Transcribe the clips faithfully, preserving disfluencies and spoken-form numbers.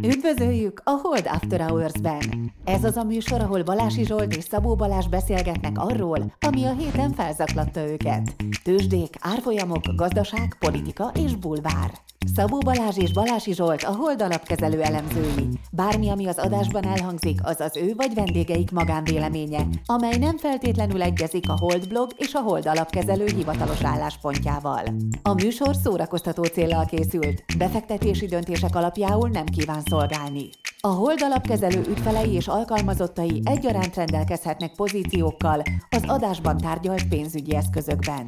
Üdvözöljük a Hold After Hours-ben! Ez az a műsor, ahol Balási Zsolt és Szabó Balázs beszélgetnek arról, ami a héten felzaklatta őket. Tőzsdék, árfolyamok, gazdaság, politika és bulvár. Szabó Balázs és Balási Zsolt a Hold alapkezelő elemzői. Bármi, ami az adásban elhangzik, az az ő vagy vendégeik magánvéleménye, amely nem feltétlenül egyezik a Hold blog és a Hold alapkezelő hivatalos álláspontjával. A műsor szórakoztató céllal készült, befektetési döntések alapjául nem kíván szolgálni. A Hold alapkezelő ügyfelei és alkalmazottai egyaránt rendelkezhetnek pozíciókkal az adásban tárgyalt pénzügyi eszközökben.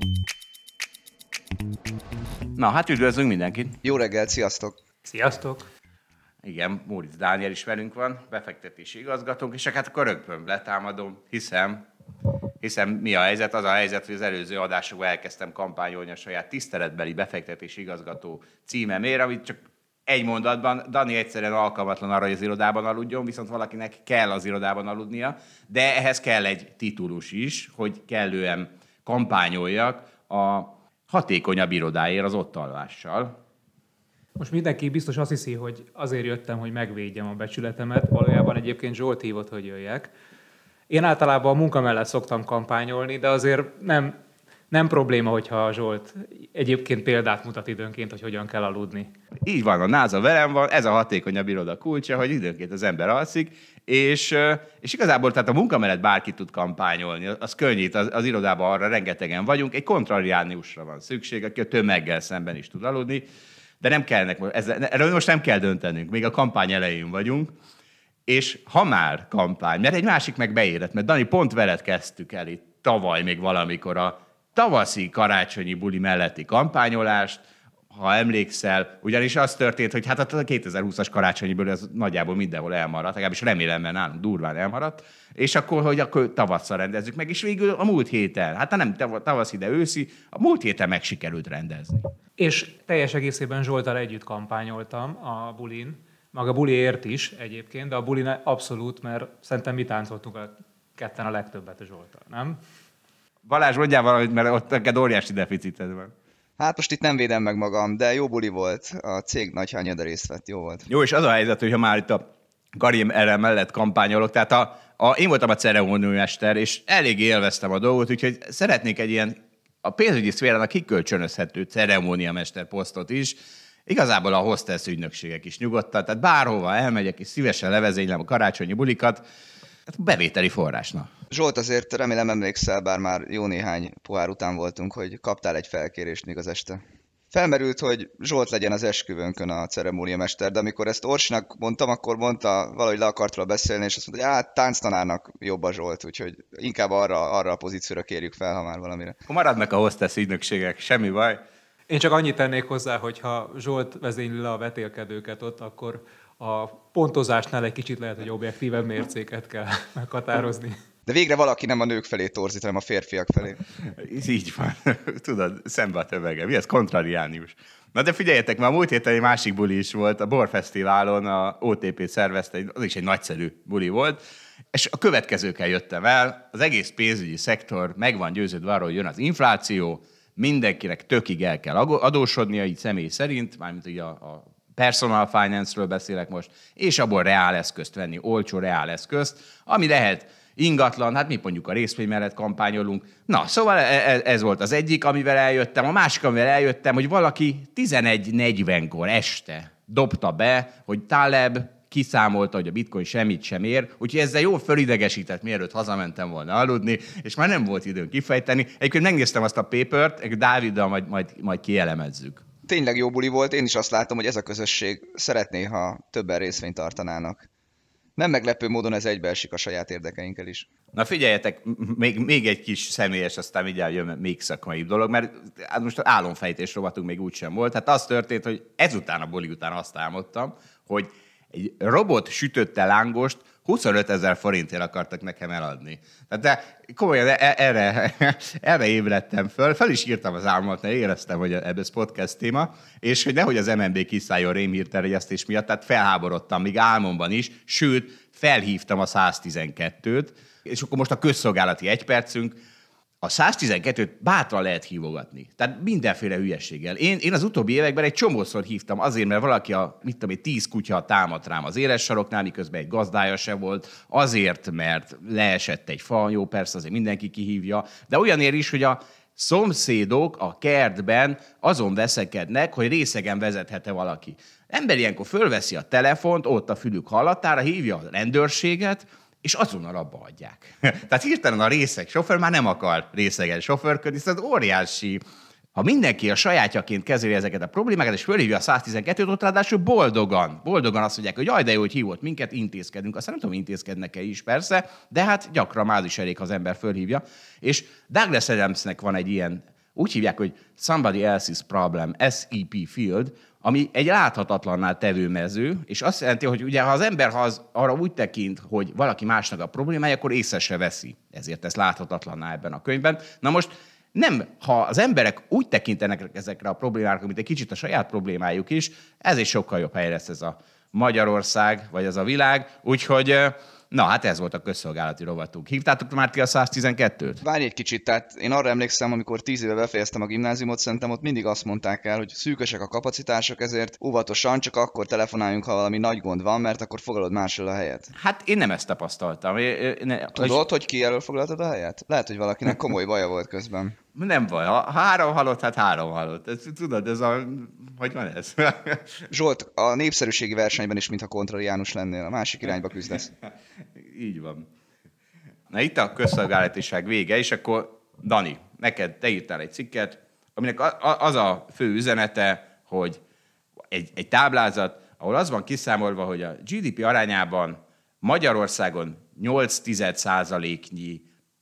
Na, hát üdvözlünk mindenkit! Jó reggelt, sziasztok! Sziasztok! Igen, Móricz Dániel is velünk van, befektetési igazgatónk, és hát akkor rögtön letámadom, hiszem, hiszem mi a helyzet? Az a helyzet, hogy az előző adásokban elkezdtem kampányolni a saját tiszteletbeli befektetési igazgató címemért, amit csak egy mondatban, Dani egyszerűen alkalmatlan arra, hogy az irodában aludjon, viszont valakinek kell az irodában aludnia, de ehhez kell egy titulus is, hogy kellően kampányoljak a hatékonyabb irodáért az ott alvással. Most mindenki biztos azt hiszi, hogy azért jöttem, hogy megvédjem a becsületemet. Valójában egyébként Zsolt hívott, hogy jöjjek. Én általában a munka mellett szoktam kampányolni, de azért nem, nem probléma, hogyha Zsolt egyébként példát mutat időnként, hogy hogyan kell aludni. Így van, a náza velem van, ez a hatékonyabb iroda kulcsa, hogy időnként az ember alszik, és, és igazából tehát a munka mellett bárki tud kampányolni, az könnyít, az, az irodában arra rengetegen vagyunk, egy kontrariánusra van szükség, aki a tömeggel szemben is tud aludni, de nem kellnek, erről most nem kell döntenünk, még a kampány elején vagyunk, és ha már kampány, mert egy másik meg beérett, mert Dani, pont veled kezdtük el itt tavaly még valamikor a tavaszi karácsonyi buli melletti kampányolást, ha emlékszel, ugyanis az történt, hogy hát a kétezer-húszas karácsonyi ez nagyjából mindenhol elmaradt, legalábbis remélem, mert nálunk durván elmaradt, és akkor, hogy akkor tavasszal rendezzük meg, és végül a múlt héten, hát nem tavaszi, de őszi, a múlt héten meg sikerült rendezni. És teljes egészében Zsolttal együtt kampányoltam a bulin, maga buliért is egyébként, de a bulin abszolút, mert szerintem mi táncoltunk a ketten a legtöbbet a Zsolttal, nem? Balázs, mondjál valamit, mert ott neked óriási deficited van. Hát most itt nem védem meg magam, de jó buli volt. A cég nagy hányada részt vett, jó volt. Jó, és az a helyzet, hogyha már itt a Karim erre mellett kampányolok, tehát a, a, én voltam a ceremóniamester, és elég élveztem a dolgot, úgyhogy szeretnék egy ilyen a pénzügyi szférának kikölcsönözhető ceremóniamester posztot is. Igazából a hostess ügynökségek is nyugodtan, tehát bárhova elmegyek, és szívesen levezénylem a karácsonyi bulikat, hát bevételi forrásna. Zsolt, azért remélem emlékszel, bár már jó néhány pohár után voltunk, hogy kaptál egy felkérést még az este. Felmerült, hogy Zsolt legyen az esküvőnkön a ceremóniamester, de amikor ezt Orsinak mondtam, akkor mondta, valahogy le akart róla beszélni, és azt mondta, hogy hát tánctanárnak jobb a Zsolt, úgyhogy inkább arra, arra a pozícióra kérjük fel, ha már valamire. Akkor maradnak a hostess ügynökségek, semmi baj. Én csak annyit tennék hozzá, hogy ha Zsolt vezényli le a vetélkedőket ott, akkor a pontozásnál egy kicsit lehet, hogy objektívebb mércéket kell meghatározni. De végre valaki nem a nők felé torzít, hanem a férfiak felé. Ez így van. Tudod, szembe a tömege. Mi ez? Kontrariánius. Na de figyeljetek, már a múlt héten egy másik buli is volt, a Borfesztiválon a o té pé szervezte, az is egy nagyszerű buli volt, és a következőkkel jöttem el, az egész pénzügyi szektor meg van győződve arról, hogy jön az infláció, mindenkinek tökig el kell adósodnia, így személy szerint, mármint ugye a, a personal finance-ről beszélek most, és abból reáleszközt venni, olcsó reáleszközt, ami lehet ingatlan, hát mi mondjuk a részvény mellett kampányolunk. Na, szóval ez volt az egyik, amivel eljöttem. A másik, amivel eljöttem, hogy valaki tizenegy negyvenkor este dobta be, hogy Taleb kiszámolta, hogy a bitcoin semmit sem ér, úgyhogy ezzel jól fölidegesített, mielőtt hazamentem volna aludni, és már nem volt időn kifejteni. Egyébként megnéztem azt a papert, Dáviddal majd, majd, majd kielemezzük. Tényleg jó buli volt, én is azt látom, hogy ez a közösség szeretné, ha többen részvényt tartanának. Nem meglepő módon ez egybeesik a saját érdekeinkkel is. Na figyeljetek, még, még egy kis személyes, aztán mindjárt jön még szakmai dolog, mert hát most álomfejtés rovatunk még úgysem volt. Hát az történt, hogy ezután a buli után azt álmodtam, hogy egy robot sütötte lángost huszonötezer forintért akartak nekem eladni. Tehát de komolyan erre, erre ébredtem föl, fel is írtam az álmomat, mert éreztem, hogy ez podcast téma, és hogy nehogy az em en bé kiszálljon rémhírterjesztés miatt, tehát felháborodtam még álmomban is, sőt, felhívtam a száztizenkettőt, és akkor most a közszolgálati egypercünk, a száztizenkettőt bátran lehet hívogatni. Tehát mindenféle hülyeséggel. Én, én az utóbbi években egy csomószor hívtam azért, mert valaki a, mit tudom én, tíz kutya támadt rám az éles saroknál, miközben egy gazdája se volt. Azért, mert leesett egy fa, jó, persze azért mindenki kihívja. De olyanért is, hogy a szomszédok a kertben azon veszekednek, hogy részegen vezethet-e valaki. Ember ilyenkor fölveszi a telefont, ott a fülük hallatára, hívja a rendőrséget, és azonnal abba hagyják. Tehát hirtelen a részeg sofőr már nem akar részegen sofőrködni, ez óriási. Ha mindenki a sajátjaként kezeli ezeket a problémákat, és fölhívja a száztizenkettőt, ott ráadásul boldogan, boldogan azt mondják, hogy jaj, de jó, hogy hívott minket, intézkedünk. Aztán nem tudom, intézkednek-e is, persze, de hát gyakran már is elég, ha az ember fölhívja. És Douglas Adamsnek van egy ilyen, úgy hívják, hogy Somebody Else's Problem, es i pé Field, ami egy láthatatlanná tevő mező, és azt jelenti, hogy ugye ha az ember ha az arra úgy tekint, hogy valaki másnak a problémája, akkor észre se veszi. Ezért ez láthatatlanná ebben a könyvben. Na most nem, ha az emberek úgy tekintenek ezekre a problémákra, mint egy kicsit a saját problémájuk is, ez is sokkal jobb hely lesz ez a Magyarország, vagy ez a világ. Úgyhogy, na hát ez volt a közszolgálati rovatunk. Hívtátok már ti a száztizenkettőt? Várj egy kicsit, tehát én arra emlékszem, amikor tíz éve befejeztem a gimnáziumot, szerintem ott mindig azt mondták el, hogy szűkösek a kapacitások, ezért óvatosan csak akkor telefonáljunk, ha valami nagy gond van, mert akkor foglalod máshol a helyet. Hát én nem ezt tapasztaltam. Tudod, hogy ki elől foglaltad a helyet? Lehet, hogy valakinek komoly baja volt közben. Nem baj, ha három halott, hát három halott. Ez, tudod, ez a... Hogy van ez? Zsolt, a népszerűségi versenyben is, mintha kontrariánus lennél, a másik irányba küzdesz. Így van. Na itt a közszolgálatiság vége, és akkor Dani, neked, te írtál egy cikket, aminek az a fő üzenete, hogy egy, egy táblázat, ahol az van kiszámolva, hogy a gé dé pé arányában Magyarországon nyolc tized százaléknyi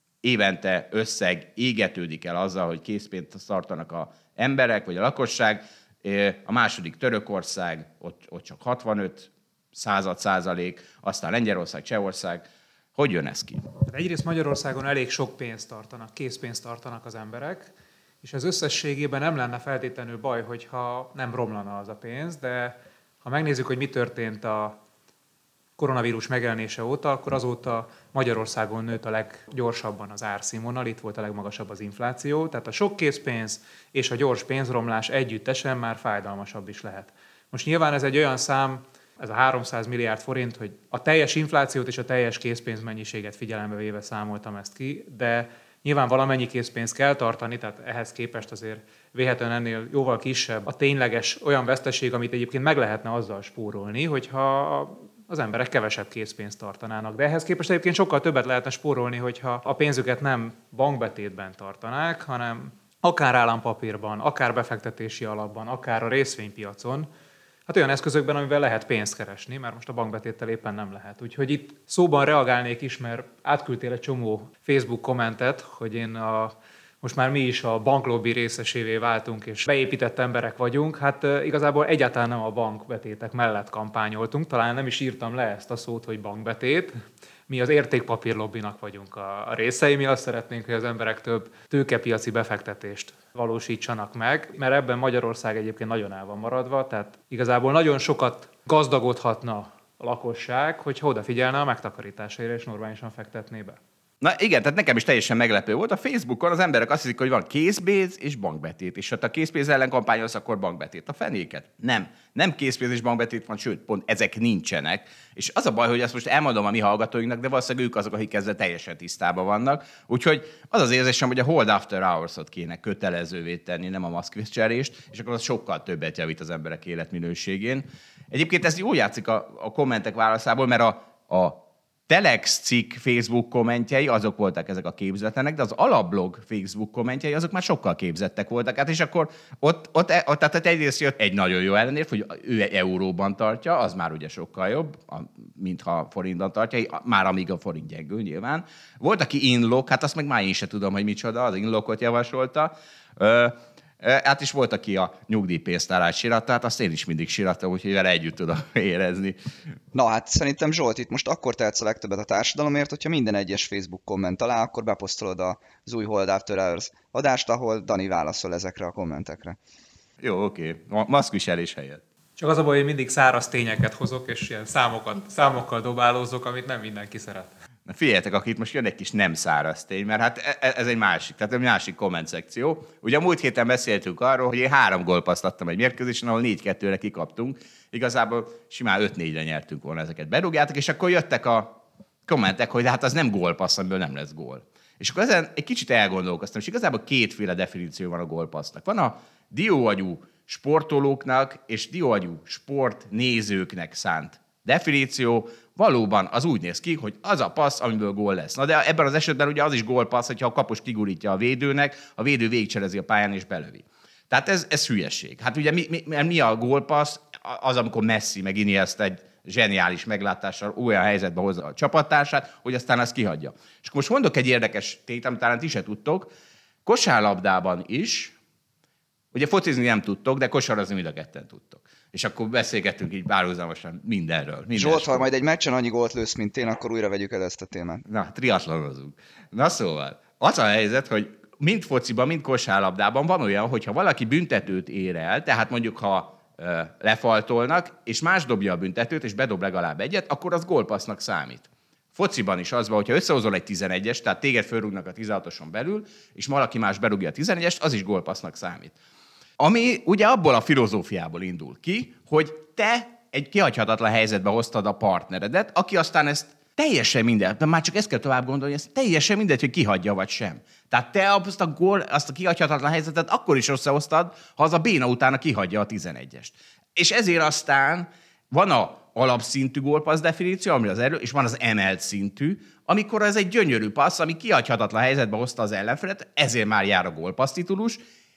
évente összeg égetődik el azzal, hogy készpénzt tartanak az emberek, vagy a lakosság. A második Törökország, ott, ott csak hatvanöt század százalék, aztán Lengyelország, Csehország. Hogy jön ez ki? Egyrészt Magyarországon elég sok pénzt tartanak, készpénzt tartanak az emberek, és az összességében nem lenne feltétlenül baj, hogyha nem romlana az a pénz, de ha megnézzük, hogy mi történt a koronavírus megjelenése óta, akkor azóta Magyarországon nőtt a leggyorsabban az árszínvonal, itt volt a legmagasabb az infláció, tehát a sok készpénz és a gyors pénzromlás együttesen már fájdalmasabb is lehet. Most nyilván ez egy olyan szám, ez a háromszáz milliárd forint, hogy a teljes inflációt és a teljes készpénzmennyiséget figyelembe véve számoltam ezt ki, de nyilván valamennyi készpénzt kell tartani, tehát ehhez képest azért véhetően ennél jóval kisebb a tényleges olyan veszteség, amit egyébként meg lehetne azzal spórolni, hogyha az emberek kevesebb készpénzt tartanának. De ehhez képest egyébként sokkal többet lehetne spórolni, hogyha a pénzüket nem bankbetétben tartanák, hanem akár állampapírban, akár befektetési alapban, akár a részvénypiacon, hát olyan eszközökben, amivel lehet pénzt keresni, mert most a bankbetéttel éppen nem lehet. Úgyhogy itt szóban reagálnék is, mert átküldtél egy csomó Facebook kommentet, hogy én a, most már mi is a banklobby részesévé váltunk, és beépített emberek vagyunk. Hát igazából egyáltalán nem a bankbetétek mellett kampányoltunk, talán nem is írtam le ezt a szót, hogy bankbetét. Mi az értékpapírlobbinak vagyunk a, a részei, mi azt szeretnénk, hogy az emberek több tőkepiaci befektetést valósítsanak meg, mert ebben Magyarország egyébként nagyon el van maradva, tehát igazából nagyon sokat gazdagodhatna a lakosság, hogyha odafigyelne a megtakarításaira és normálisan fektetné be. Na igen, tehát nekem is teljesen meglepő volt. A Facebookon az emberek azt hiszik, hogy van készpénz és bankbetét, és ha a készpénz ellen kampányolsz, akkor bankbetét. A fenéket. Nem. Nem készpénz és bankbetét van, sőt, pont ezek nincsenek. És az a baj, hogy azt most elmondom a mi hallgatóinknak, de valószínűleg ők azok, akik ezzel teljesen tisztában vannak. Úgyhogy az az érzésem, hogy a hold after hours-ot kéne kötelezővé tenni, nem a maszkviselést, és akkor az sokkal többet javít az emberek életminőségén. Egyébként ez jól játszik a, a kommentek válaszából, mert a, a Telex cikk Facebook kommentjei, azok voltak ezek a képzetlenek, de az Alapblog Facebook kommentjei, azok már sokkal képzettek voltak. Hát és akkor ott, ott, ott tehát egyrészt jött egy nagyon jó ellenérv, hogy ő euróban tartja, az már ugye sokkal jobb, mintha forintban tartja, már amíg a forint gyengül nyilván. Volt, aki inlock, hát azt meg már én sem tudom, hogy micsoda, az inlockot javasolta. Hát is volt, aki a nyugdíjpénztárát síratta, hát azt én is mindig sírattam, úgyhogy vele együtt tudom érezni. Na hát szerintem Zsolt, itt most akkor tehetsz a legtöbbet a társadalomért, hogyha minden egyes Facebook komment alá, akkor beposztolod az új Hold After Hours adást, ahol Dani válaszol ezekre a kommentekre. Jó, oké. Okay. Maszkviselés helyett. Csak az a baj, hogy mindig száraz tényeket hozok, és ilyen számokat, számokkal dobálózok, amit nem mindenki szeret. Na figyeljetek, akit most jön egy kis nem száraz tény, mert hát ez egy másik, tehát egy másik komment szekció. Ugye a múlt héten beszéltünk arról, hogy én három gólpasszt adtam egy mérkőzésen, ahol négy kettőre kikaptunk. Igazából simán öt négyre nyertünk volna, ezeket berúgjátok, és akkor jöttek a kommentek, hogy hát az nem gólpassz, amiből nem lesz gól. És akkor ezen egy kicsit elgondolkoztam, és igazából kétféle definíció van a gólpassznak. Van a dióagyú sportolóknak és dióagyú sportnézőknek szánt definíció, valóban az úgy néz ki, hogy az a passz, amiből gól lesz. Na de ebben az esetben ugye az is gólpassz, hogyha a kapus kigurítja a védőnek, a védő végigcselezi a pályán és belövi. Tehát ez, ez hülyeség. Hát ugye mi, mi, mi a gólpassz? Az, amikor Messi meg Iniesta egy zseniális meglátással olyan helyzetbe hozza a csapattársát, hogy aztán azt kihagyja. És akkor most mondok egy érdekes tényt, amit talán ti se tudtok. Kosárlabdában is, ugye focizni nem tudtok, de kosarazni mind a ketten tudtok. És akkor beszélgettünk így párhuzamosan mindenről. Minden Zsolt, sport. ha majd egy meccsen annyi gólt lősz, mint én, akkor újra vegyük el ezt a témát. Na, triatlonozunk. Na szóval, az a helyzet, hogy mind fociban, mind kosárlabdában van olyan, hogyha valaki büntetőt ér el, tehát mondjuk ha ö, lefaltolnak, és más dobja a büntetőt, és bedob legalább egyet, akkor az gólpassznak számít. Fociban is az van, hogyha összehozol egy tizenegyes, tehát téged fölrúgnak a tizenhatoson belül, és valaki más berúgja a tizenegyest, az is gólpassznak számít. Ami ugye abból a filozófiából indul ki, hogy te egy kihagyhatatlan helyzetbe hoztad a partneredet, aki aztán ezt teljesen mindegy, de már csak ezt kell tovább gondolni, ez teljesen mindegy, hogy kihagyja vagy sem. Tehát te azt a, gól, azt a kihagyhatatlan helyzetet akkor is összehoztad, ha az a béna utána kihagyja a tizenegyest. És ezért aztán van a alapszintű gólpassz definíció, ami az erő, és van az emelt szintű, amikor ez egy gyönyörű passz, ami kihagyhatatlan helyzetbe hozta az ellenfelet, ezért már jár a gólpassz titulus,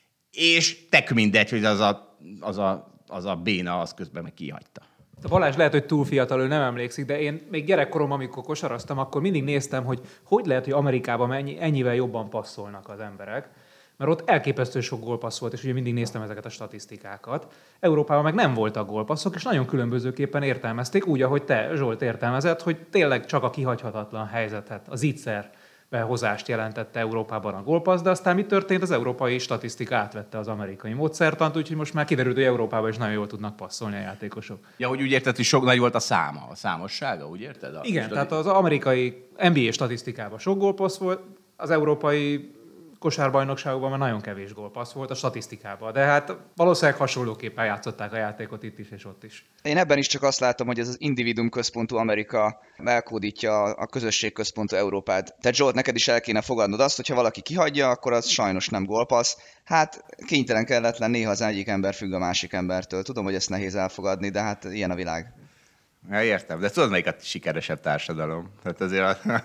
és tek mindegy, hogy az a, az a, az a béna az közben meg kihagyta. A Balázs lehet, hogy túl fiatal, ő nem emlékszik, de én még gyerekkorom, amikor kosaraztam, akkor mindig néztem, hogy hogy lehet, hogy Amerikában ennyi, ennyivel jobban passzolnak az emberek. Mert ott elképesztő sok gólpassz volt, és ugye mindig néztem ezeket a statisztikákat. Európában meg nem voltak gólpasszok, és nagyon különbözőképpen értelmezték, úgy, ahogy te, Zsolt, értelmezett, hogy tényleg csak a kihagyhatatlan helyzetet, az ígyszer behozást jelentette Európában a gólpassz, de aztán mi történt? Az európai statisztika átvette az amerikai módszertant, úgyhogy most már kiderült, hogy Európában is nagyon jól tudnak passzolni a játékosok. Ja, hogy úgy érted, hogy sok nagy volt a száma, a számossága, úgy érted? A Igen, tehát az amerikai en bé á statisztikában sok gólpassz volt, az európai kosárbajnokságokban már nagyon kevés gólpassz volt a statisztikában, de hát valószínűleg hasonlóképpen játszották a játékot itt is és ott is. Én ebben is csak azt látom, hogy ez az individuum központú Amerika elkódítja a közösség központú Európát. Tehát Zsolt, neked is el kéne fogadnod azt, hogyha valaki kihagyja, akkor az sajnos nem gólpassz. Hát kénytelen kelletlen, néha az egyik ember függ a másik embertől. Tudom, hogy ezt nehéz elfogadni, de hát ilyen a világ. Ja, értem, de tudod, melyik a sikeresebb társadalom? Tehát azért a...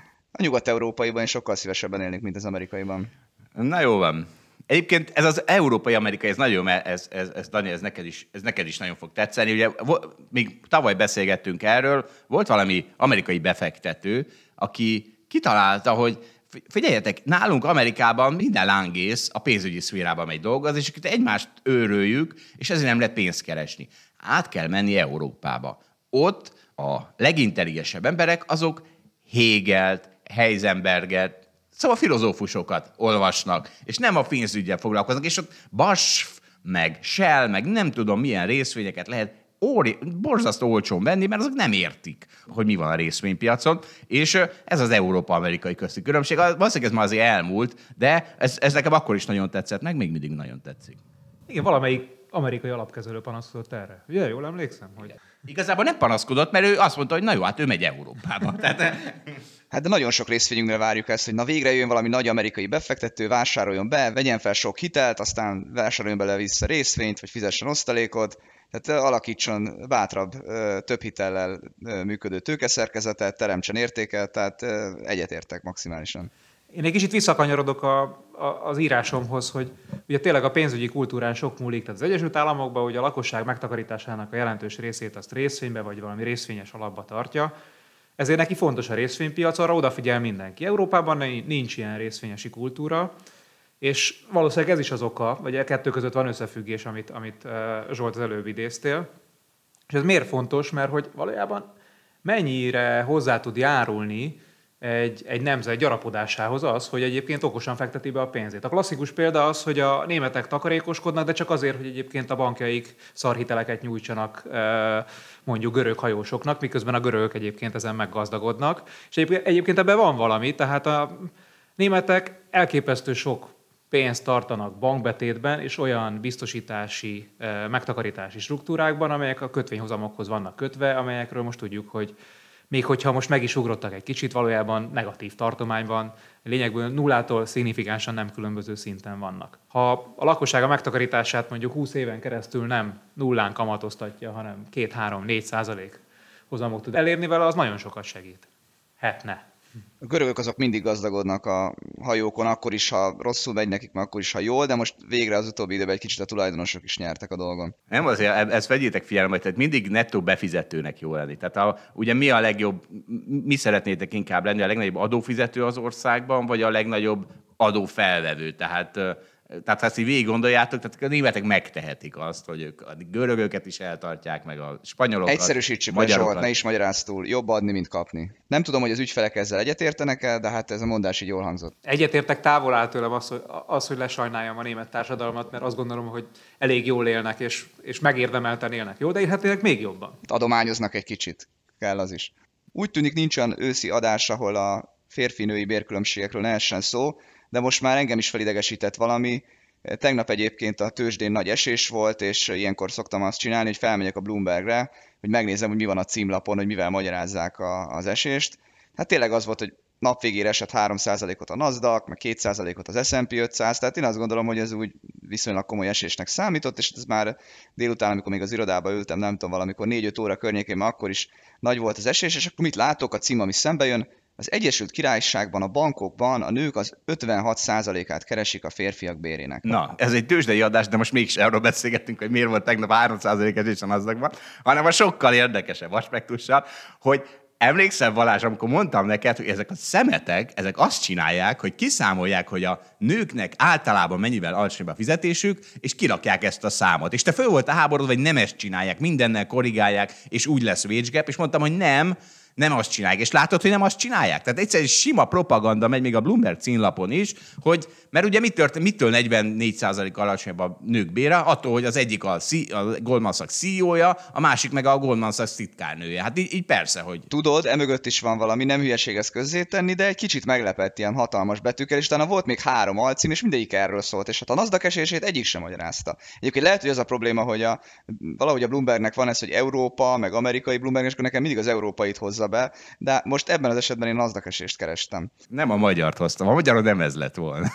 A nyugat-európaiban is sokkal szívesebben élnék, mint az amerikaiban. Na jó van. Egyébként ez az európai-amerikai, ez nagyon, ez, ez, ez, Dani, ez neked, is, ez neked is nagyon fog tetszeni. Ugye még tavaly beszélgettünk erről, volt valami amerikai befektető, aki kitalálta, hogy figyeljetek, nálunk Amerikában minden lángész a pénzügyi szférában megy dolgozni, és egymást őröljük, és ezért nem lehet pénzt keresni. Át kell menni Európába. Ott a legintelligensebb emberek azok Hegelt, Heisenberget, szóval filozófusokat olvasnak, és nem a pénzüggyel foglalkoznak, és ott Basch, meg Shell, meg nem tudom milyen részvényeket lehet óri, borzasztó olcsón venni, mert azok nem értik, hogy mi van a részvénypiacon, és ez az Európa-amerikai közti különbség. Valószínűleg ez már azért elmúlt, de ez, ez nekem akkor is nagyon tetszett, meg még mindig nagyon tetszik. Igen, valamelyik amerikai alapkezelő panaszkodott erre. Ugye, jól emlékszem, hogy... Igazából nem panaszkodott, mert ő azt mondta, hogy na jó, hát ő megy Európába. Tehát... Hát de nagyon sok részvényünknél várjuk ezt, hogy na végre jön valami nagy amerikai befektető, vásároljon be, vegyen fel sok hitelt, aztán vásároljon bele vissza részvényt, vagy fizessen osztalékot, tehát alakítson bátrabb, több hitellel működő tőkeszerkezetet, teremtsen értéket, tehát egyetértek maximálisan. Én egy kicsit visszakanyarodok a, a, az írásomhoz, hogy ugye tényleg a pénzügyi kultúrán sok múlik, tehát az Egyesült Államokban ugye a lakosság megtakarításának a jelentős részét azt részvénybe vagy valami részvényes alapba tartja, ezért neki fontos a részvénypiac, arra odafigyel mindenki. Európában nincs ilyen részvényesi kultúra, és valószínűleg ez is az oka, vagy a kettő között van összefüggés, amit, amit Zsolt az előbb idéztél. És ez miért fontos? Mert hogy valójában mennyire hozzá tud járulni egy, egy nemzet gyarapodásához az, hogy egyébként okosan fekteti be a pénzét. A klasszikus példa az, hogy a németek takarékoskodnak, de csak azért, hogy egyébként a bankjaik szarhiteleket nyújtsanak mondjuk görög hajósoknak, miközben a görögök egyébként ezen meggazdagodnak. És egyébként ebben van valami, tehát a németek elképesztő sok pénzt tartanak bankbetétben és olyan biztosítási, megtakarítási struktúrákban, amelyek a kötvényhozamokhoz vannak kötve, amelyekről most tudjuk, hogy még hogyha most meg is ugrottak egy kicsit, valójában negatív tartomány van, lényegből nullától szignifikánsan nem különböző szinten vannak. Ha a lakosság a megtakarítását mondjuk húsz éven keresztül nem nullán kamatoztatja, hanem két, három, négy százalék hozamot tud elérni vele, az nagyon sokat segít. Hát ne. A görögök azok mindig gazdagodnak a hajókon, akkor is, ha rosszul megy nekik, mert akkor is, ha jól, de most végre az utóbbi időben egy kicsit a tulajdonosok is nyertek a dolgon. Nem azért, ezt vegyétek figyelembe, tehát mindig nettó befizetőnek jó lenni. Tehát a, ugye mi a legjobb, mi szeretnétek inkább lenni, a legnagyobb adófizető az országban, vagy a legnagyobb adófelvevő? Tehát Tehát ha ezt így végig gondoljátok, tehát a németek megtehetik azt, hogy ők a görögöket is eltartják, meg a spanyolokat. Egyszerűsítsük le, Zsolt, ne is magyarázz túl. Jobb adni, mint kapni. Nem tudom, hogy az ügyfelek ezzel egyetértenek-e, de hát ez a mondás így jól hangzott. Egyetértek, távol áll tőlem az, hogy, az, hogy lesajnáljam a német társadalmat, mert azt gondolom, hogy elég jól élnek, és, és megérdemelten élnek. Jó, de élhetnének még jobban. Adományoznak egy kicsit. Kell az is. Úgy tűnik nincs olyan őszi adás, ahol a férfi-női bérkülönbségekről ne essen szó, de most már engem is felidegesített valami. Tegnap egyébként a tőzsdén nagy esés volt, és ilyenkor szoktam azt csinálni, hogy felmegyek a Bloombergre, hogy megnézem, hogy mi van a címlapon, hogy mivel magyarázzák a, az esést. Hát tényleg az volt, hogy nap végére esett három százalékot a Nasdaq, meg két százalékot az es and pé ötszáz, tehát én azt gondolom, hogy ez úgy viszonylag komoly esésnek számított, és ez már délután, amikor még az irodába ültem, nem tudom, valamikor négy-öt óra környékén, már akkor is nagy volt az esés, és akkor mit látok, a cím, ami szembe jön, az Egyesült Királyságban, a bankokban a nők az ötvenhat százalékát keresik a férfiak bérének. Na, ez egy tőzsdei adás, de most mégis arról beszélgettünk, hogy miért volt tegnap három százalék esés a Nasdaqban, hanem a sokkal érdekesebb aspektussal, hogy emlékszel, Balázs, amikor mondtam neked, hogy ezek a szemetek, ezek azt csinálják, hogy kiszámolják, hogy a nőknek általában mennyivel alacsonyabb a fizetésük, és kirakják ezt a számot. És te föl volt a háborod, vagy nem ezt csinálják, mindennel korrigálják, és úgy lesz wage gap, és mondtam, hogy nem, nem azt csinálják. És látod, hogy nem azt csinálják. Tehát egyszerűen sima propaganda megy még a Bloomberg címlapon is, hogy, mert ugye mit tört, mitől negyvennégy százalék alacsonyabb a nők bére? Attól, hogy az egyik a, C, a Goldman Sachs cé í ó-ja, a másik meg a Goldman Sachs titkárnője. Hát így, így persze, hogy... Tudod, emögött is van valami, nem hülyeség ezt közzétenni, de egy kicsit meglepett ilyen hatalmas betűkkel, és utána volt még három alcím, és mindegyik erről szólt, és hát a Nasdaq esését egyik sem magyarázta. Egyébként lehet, hogy az a probléma, hogy a, valahogy a Bloombergnek van ez, hogy Európa, meg amerikai Bloomberg, és akkor nekem mindig az európait hozza be, de most ebben az esetben én Nasdaq esést kerestem. Nem a magyart hoztam, a magyaron nem ez lett volna.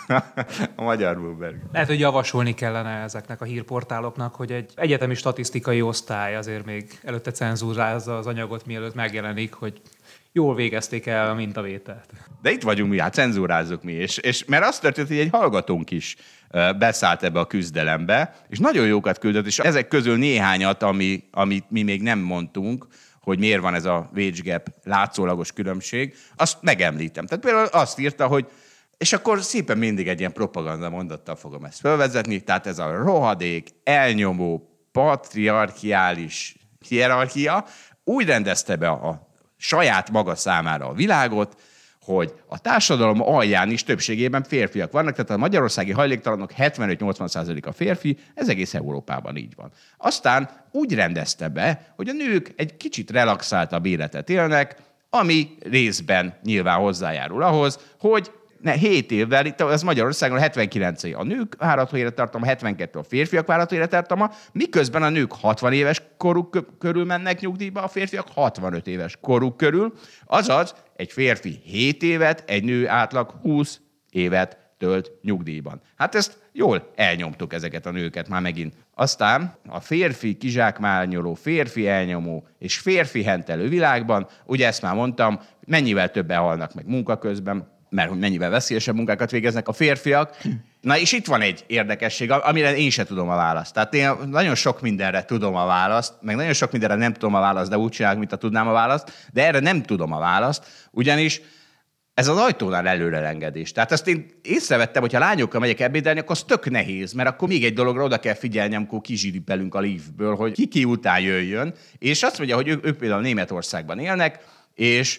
A magyar Bloomberg. Lehet, hogy javasolni kellene ezeknek a hírportáloknak, hogy egy egyetemi statisztikai osztály azért még előtte cenzúrázza az anyagot, mielőtt megjelenik, hogy jól végezték el a mintavételt. De itt vagyunk mi, hát cenzúrázzuk mi, és, és mert azt történt, hogy egy hallgatónk is beszállt ebbe a küzdelembe, és nagyon jókat küldött, és ezek közül néhányat, ami, amit mi még nem mondtunk, hogy miért van ez a wage gap látszólagos különbség, azt megemlítem. Tehát például azt írta, hogy és akkor szépen mindig egy ilyen propaganda mondattal fogom ezt felvezetni, tehát ez a rohadék, elnyomó, patriarchiális hierarchia úgy rendezte be a saját maga számára a világot, hogy a társadalom alján is többségében férfiak vannak, tehát a magyarországi hajléktalanok hetvenöt-nyolcvan százalék a férfi, ez egész Európában így van. Aztán úgy rendezte be, hogy a nők egy kicsit relaxáltabb életet élnek, ami részben nyilván hozzájárul ahhoz, hogy ne, hét évvel, itt az Magyarországon hetvenkilenc a nők várható élettartama, hetvenkettő a férfiak várható élettartama, miközben a nők hatvan éves koruk körül mennek nyugdíjba, a férfiak hatvanöt éves koruk körül, azaz egy férfi hét évet, egy nő átlag húsz évet tölt nyugdíjban. Hát ezt jól elnyomtuk ezeket a nőket már megint. Aztán a férfi kizsákmányoló, férfi elnyomó és férfi hentelő világban, ugye ezt már mondtam, mennyivel többen halnak meg munka közben, mert hogy mennyivel veszélyesebb munkákat végeznek a férfiak. Na és itt van egy érdekesség, amire én sem tudom a választ. Tehát én nagyon sok mindenre tudom a választ, meg nagyon sok mindenre nem tudom a választ, de úgy csinálok, mint a tudnám a választ, de erre nem tudom a választ, ugyanis ez az ajtónál előrelengedés. Tehát ezt én észrevettem, hogy ha lányokkal megyek ebédelni, akkor az tök nehéz, mert akkor még egy dologra oda kell figyelni, amikor kizsiripelünk a liftből, hogy ki ki után jöjjön. És azt mondja, hogy ők, ők például Németországban élnek, és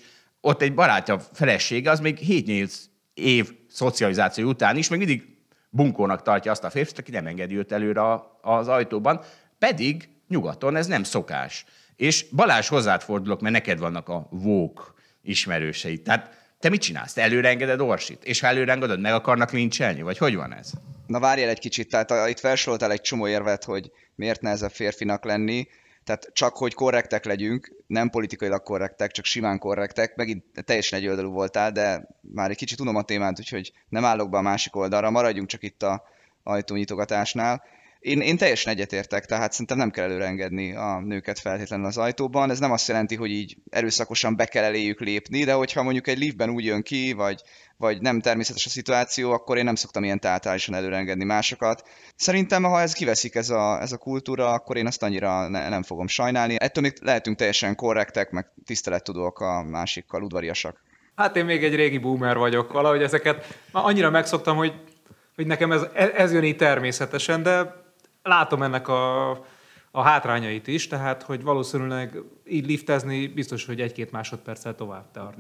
ott egy barátja felesége, az még hét-nyolc év szocializáció után is még mindig bunkónak tartja azt a férfit, aki nem engedi őt előre az ajtóban, pedig nyugaton ez nem szokás. És Balázs, hozzád fordulok, mert neked vannak a woke ismerőseid. Tehát te mit csinálsz? Te előre engeded Orsit? És ha előre engeded, meg akarnak lincselni? Vagy hogy van ez? Na várjál egy kicsit, tehát a, itt felsoroltál egy csomó érvet, hogy miért nehezebb férfinak lenni, tehát csak hogy korrektek legyünk, nem politikailag korrektek, csak simán korrektek, megint teljesen egyoldalú voltál, de már egy kicsit tudom a témát, úgyhogy nem állok be a másik oldalra, maradjunk csak itt a ajtónyitogatásnál. Én, én teljesen egyetértek, tehát szerintem nem kell előreengedni a nőket feltétlenül az ajtóban. Ez nem azt jelenti, hogy így erőszakosan be kell eléjük lépni, de hogyha mondjuk egy liftben úgy jön ki, vagy, vagy nem természetes a szituáció, akkor én nem szoktam ilyen teátrálisan előreengedni másokat. Szerintem, ha ez kiveszik ez a, ez a kultúra, akkor én azt annyira ne, nem fogom sajnálni. Ettől még lehetünk teljesen korrektek, meg tisztelettudóak a másikkal, udvariasak. Hát én még egy régi boomer vagyok. Valahogy ezeket már annyira megszoktam, hogy, hogy nekem ez, ez jön így természetesen, de látom ennek a, a hátrányait is, tehát, hogy valószínűleg így liftezni biztos, hogy egy-két másodperccel tovább tart.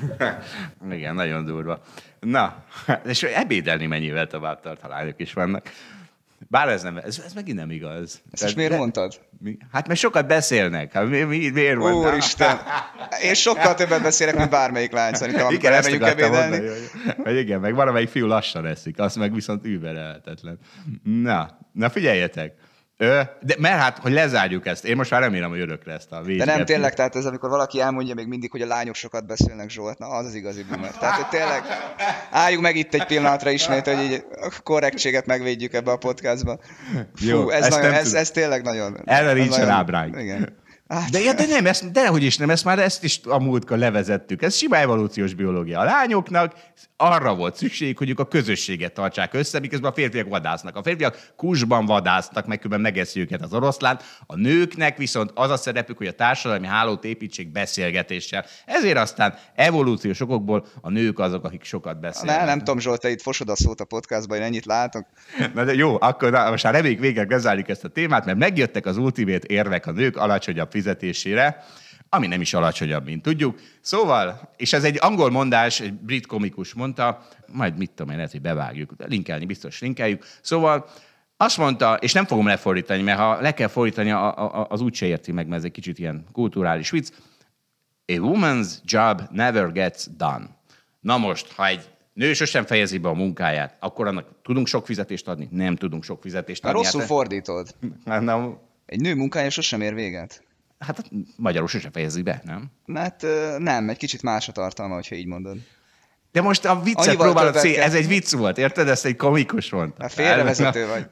Igen, nagyon durva. Na, és ebédelni mennyivel tovább tart, ha lányok is vannak. Bár ez nem, ez, ez megint nem igaz. Ezt most miért de, mondtad? Mi? Hát mert sokat beszélnek. Hát mi, mi, miért van? Úristen! Én sokkal többet beszélek, mint bármelyik lány, szerintem, amikor elmegyünk ebédelni. Mondani, hogy, igen, meg valamelyik fiú lassan eszik, azt meg viszont überelhetetlen. Na, na figyeljetek. Ö, de mert hát, hogy lezárjuk ezt, én most már remélem, hogy örökre ezt a végét. De nem tényleg, tehát ez amikor valaki elmondja még mindig, hogy a lányok sokat beszélnek, Zsolt, na az az igazi boomer. Tehát, hogy tényleg álljunk meg itt egy pillanatra ismét, hogy így a korrektséget megvédjük ebbe a podcastba. Fú, Jó, ez, nagyon, ez, ez tényleg nagyon... Erre nincs rábránk. Igen. Hát. De, ja, de nem, ezt, de hogy is nem, ezt már ezt is a múltkor levezettük. Ez sima evolúciós biológia. A lányoknak arra volt szükség, hogy ők a közösséget tartsák össze, miközben a férfiak vadásznak. A férfiak kusban vadásznak, meg különben megeszi őket az oroszlán. A nőknek viszont az a szerepük, hogy a társadalmi hálót építsék beszélgetéssel. Ezért aztán evolúciós okokból a nők azok, akik sokat beszélnek. Ne, nem tudom, Zsolt, te itt fosod a szót a podcastban, én ennyit látok. Na de jó, akkor na, most már reméljük végig lezárjuk ezt a témát, mert megjöttek az ultimate érvek a nők alacsonyabb fizetésére, ami nem is alacsonyabb, mint tudjuk. Szóval, és ez egy angol mondás, egy brit komikus mondta, majd mit tudom én, lehet, hogy bevágjuk, linkelni, biztos linkeljük. Szóval azt mondta, és nem fogom lefordítani, mert ha le kell fordítani, a, a, az úgyse érti meg, mert ez egy kicsit ilyen kulturális vicc. A woman's job never gets done. Na most, ha egy nő sosem fejezi be a munkáját, akkor annak tudunk sok fizetést adni? Nem tudunk sok fizetést adni. Rosszul hát, fordítod. Hát, nem. Egy nő munkája sosem ér véget. Hát magyarul sosem fejezi be, nem? Hát nem, egy kicsit más a tartalma, hogyha így mondod. De most a viccet próbálod szé... Ez egy vicc volt, érted? Ezt egy komikus mondta. Hát félrevezető vagy.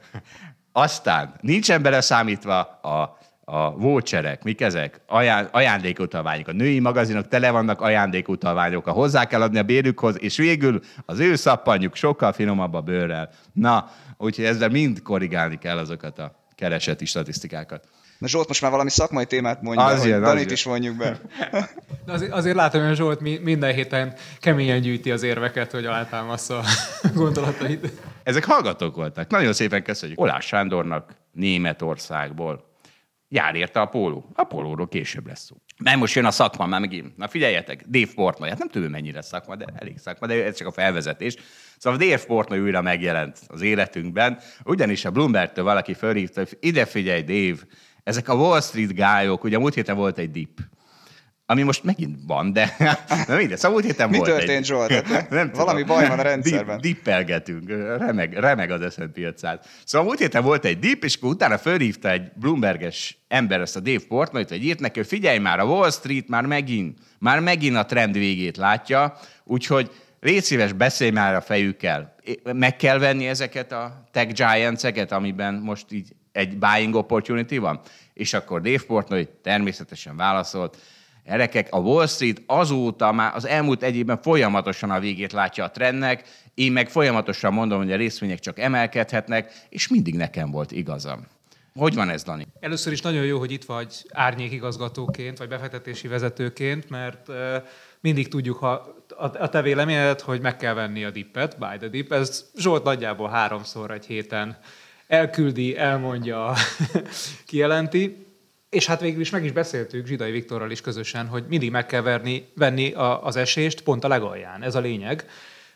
Aztán nincsen beleszámítva a, a voucherek, mik ezek? Aján, ajándékutalványok. A női magazinok tele vannak ajándékutalványokkal. Hozzá kell adni a bérükhoz, és végül az ő szappanjuk sokkal finomabb a bőrrel. Na, úgyhogy ezzel mind korrigálni kell azokat a kereseti statisztikákat. Na Zsolt, most már valami szakmai témát mondja, az hogy jön, Danit is vonjuk be. De azért, azért látom, hogy Zsolt minden héten keményen gyűjti az érveket, hogy alátámassza a gondolatait. Ezek hallgatók voltak. Nagyon szépen köszönjük Olás Sándornak Németországból. Jár érte a póló. A pólóról később lesz szó. Mert most jön a szakma, már megint. Na figyeljetek, Dave Portnoy. Hát nem tudom, mennyire szakma, de elég szakma, de ez csak a felvezetés. Szóval Dave Portnoy újra megjelent az életünkben, ugyanis a Bloombergtől valaki fölhívta, hogy ide figyelj, Dave, ezek a Wall Street gályok, ugye múlt héten volt egy dip, ami most megint van, de na mindegy, szóval múlt héten Mi volt történt, egy... Zsolt? Nem valami baj van a rendszerben. Dip, dippelgetünk, remeg, remeg az es and pé ötszáz. Szóval múlt héten volt egy dip, és akkor utána fölhívta egy Bloomberges ember ezt a Dave Portnoyt, hogy írt neki, hogy figyelj már, a Wall Street már megint, már megint a trend végét látja, úgyhogy légy szíves, beszélj már a fejükkel. Meg kell venni ezeket a tech giants-eket, amiben most így egy buying opportunity van? És akkor Dave Portnoy természetesen válaszolt, gyerekek, a Wall Street azóta már az elmúlt egy évben folyamatosan a végét látja a trendnek, én meg folyamatosan mondom, hogy a részvények csak emelkedhetnek, és mindig nekem volt igazam. Hogy van ez, Dani? Először is nagyon jó, hogy itt vagy árnyékigazgatóként, vagy befektetési vezetőként, mert uh, mindig tudjuk, ha a te véleményed, hogy meg kell venni a dippet, buy the dip. Ez Zsolt nagyjából háromszor egy héten elküldi, elmondja, kijelenti. És hát végül is meg is beszéltük Zsidai Viktorral is közösen, hogy mindig meg kell verni, venni a, az esést pont a legalján. Ez a lényeg.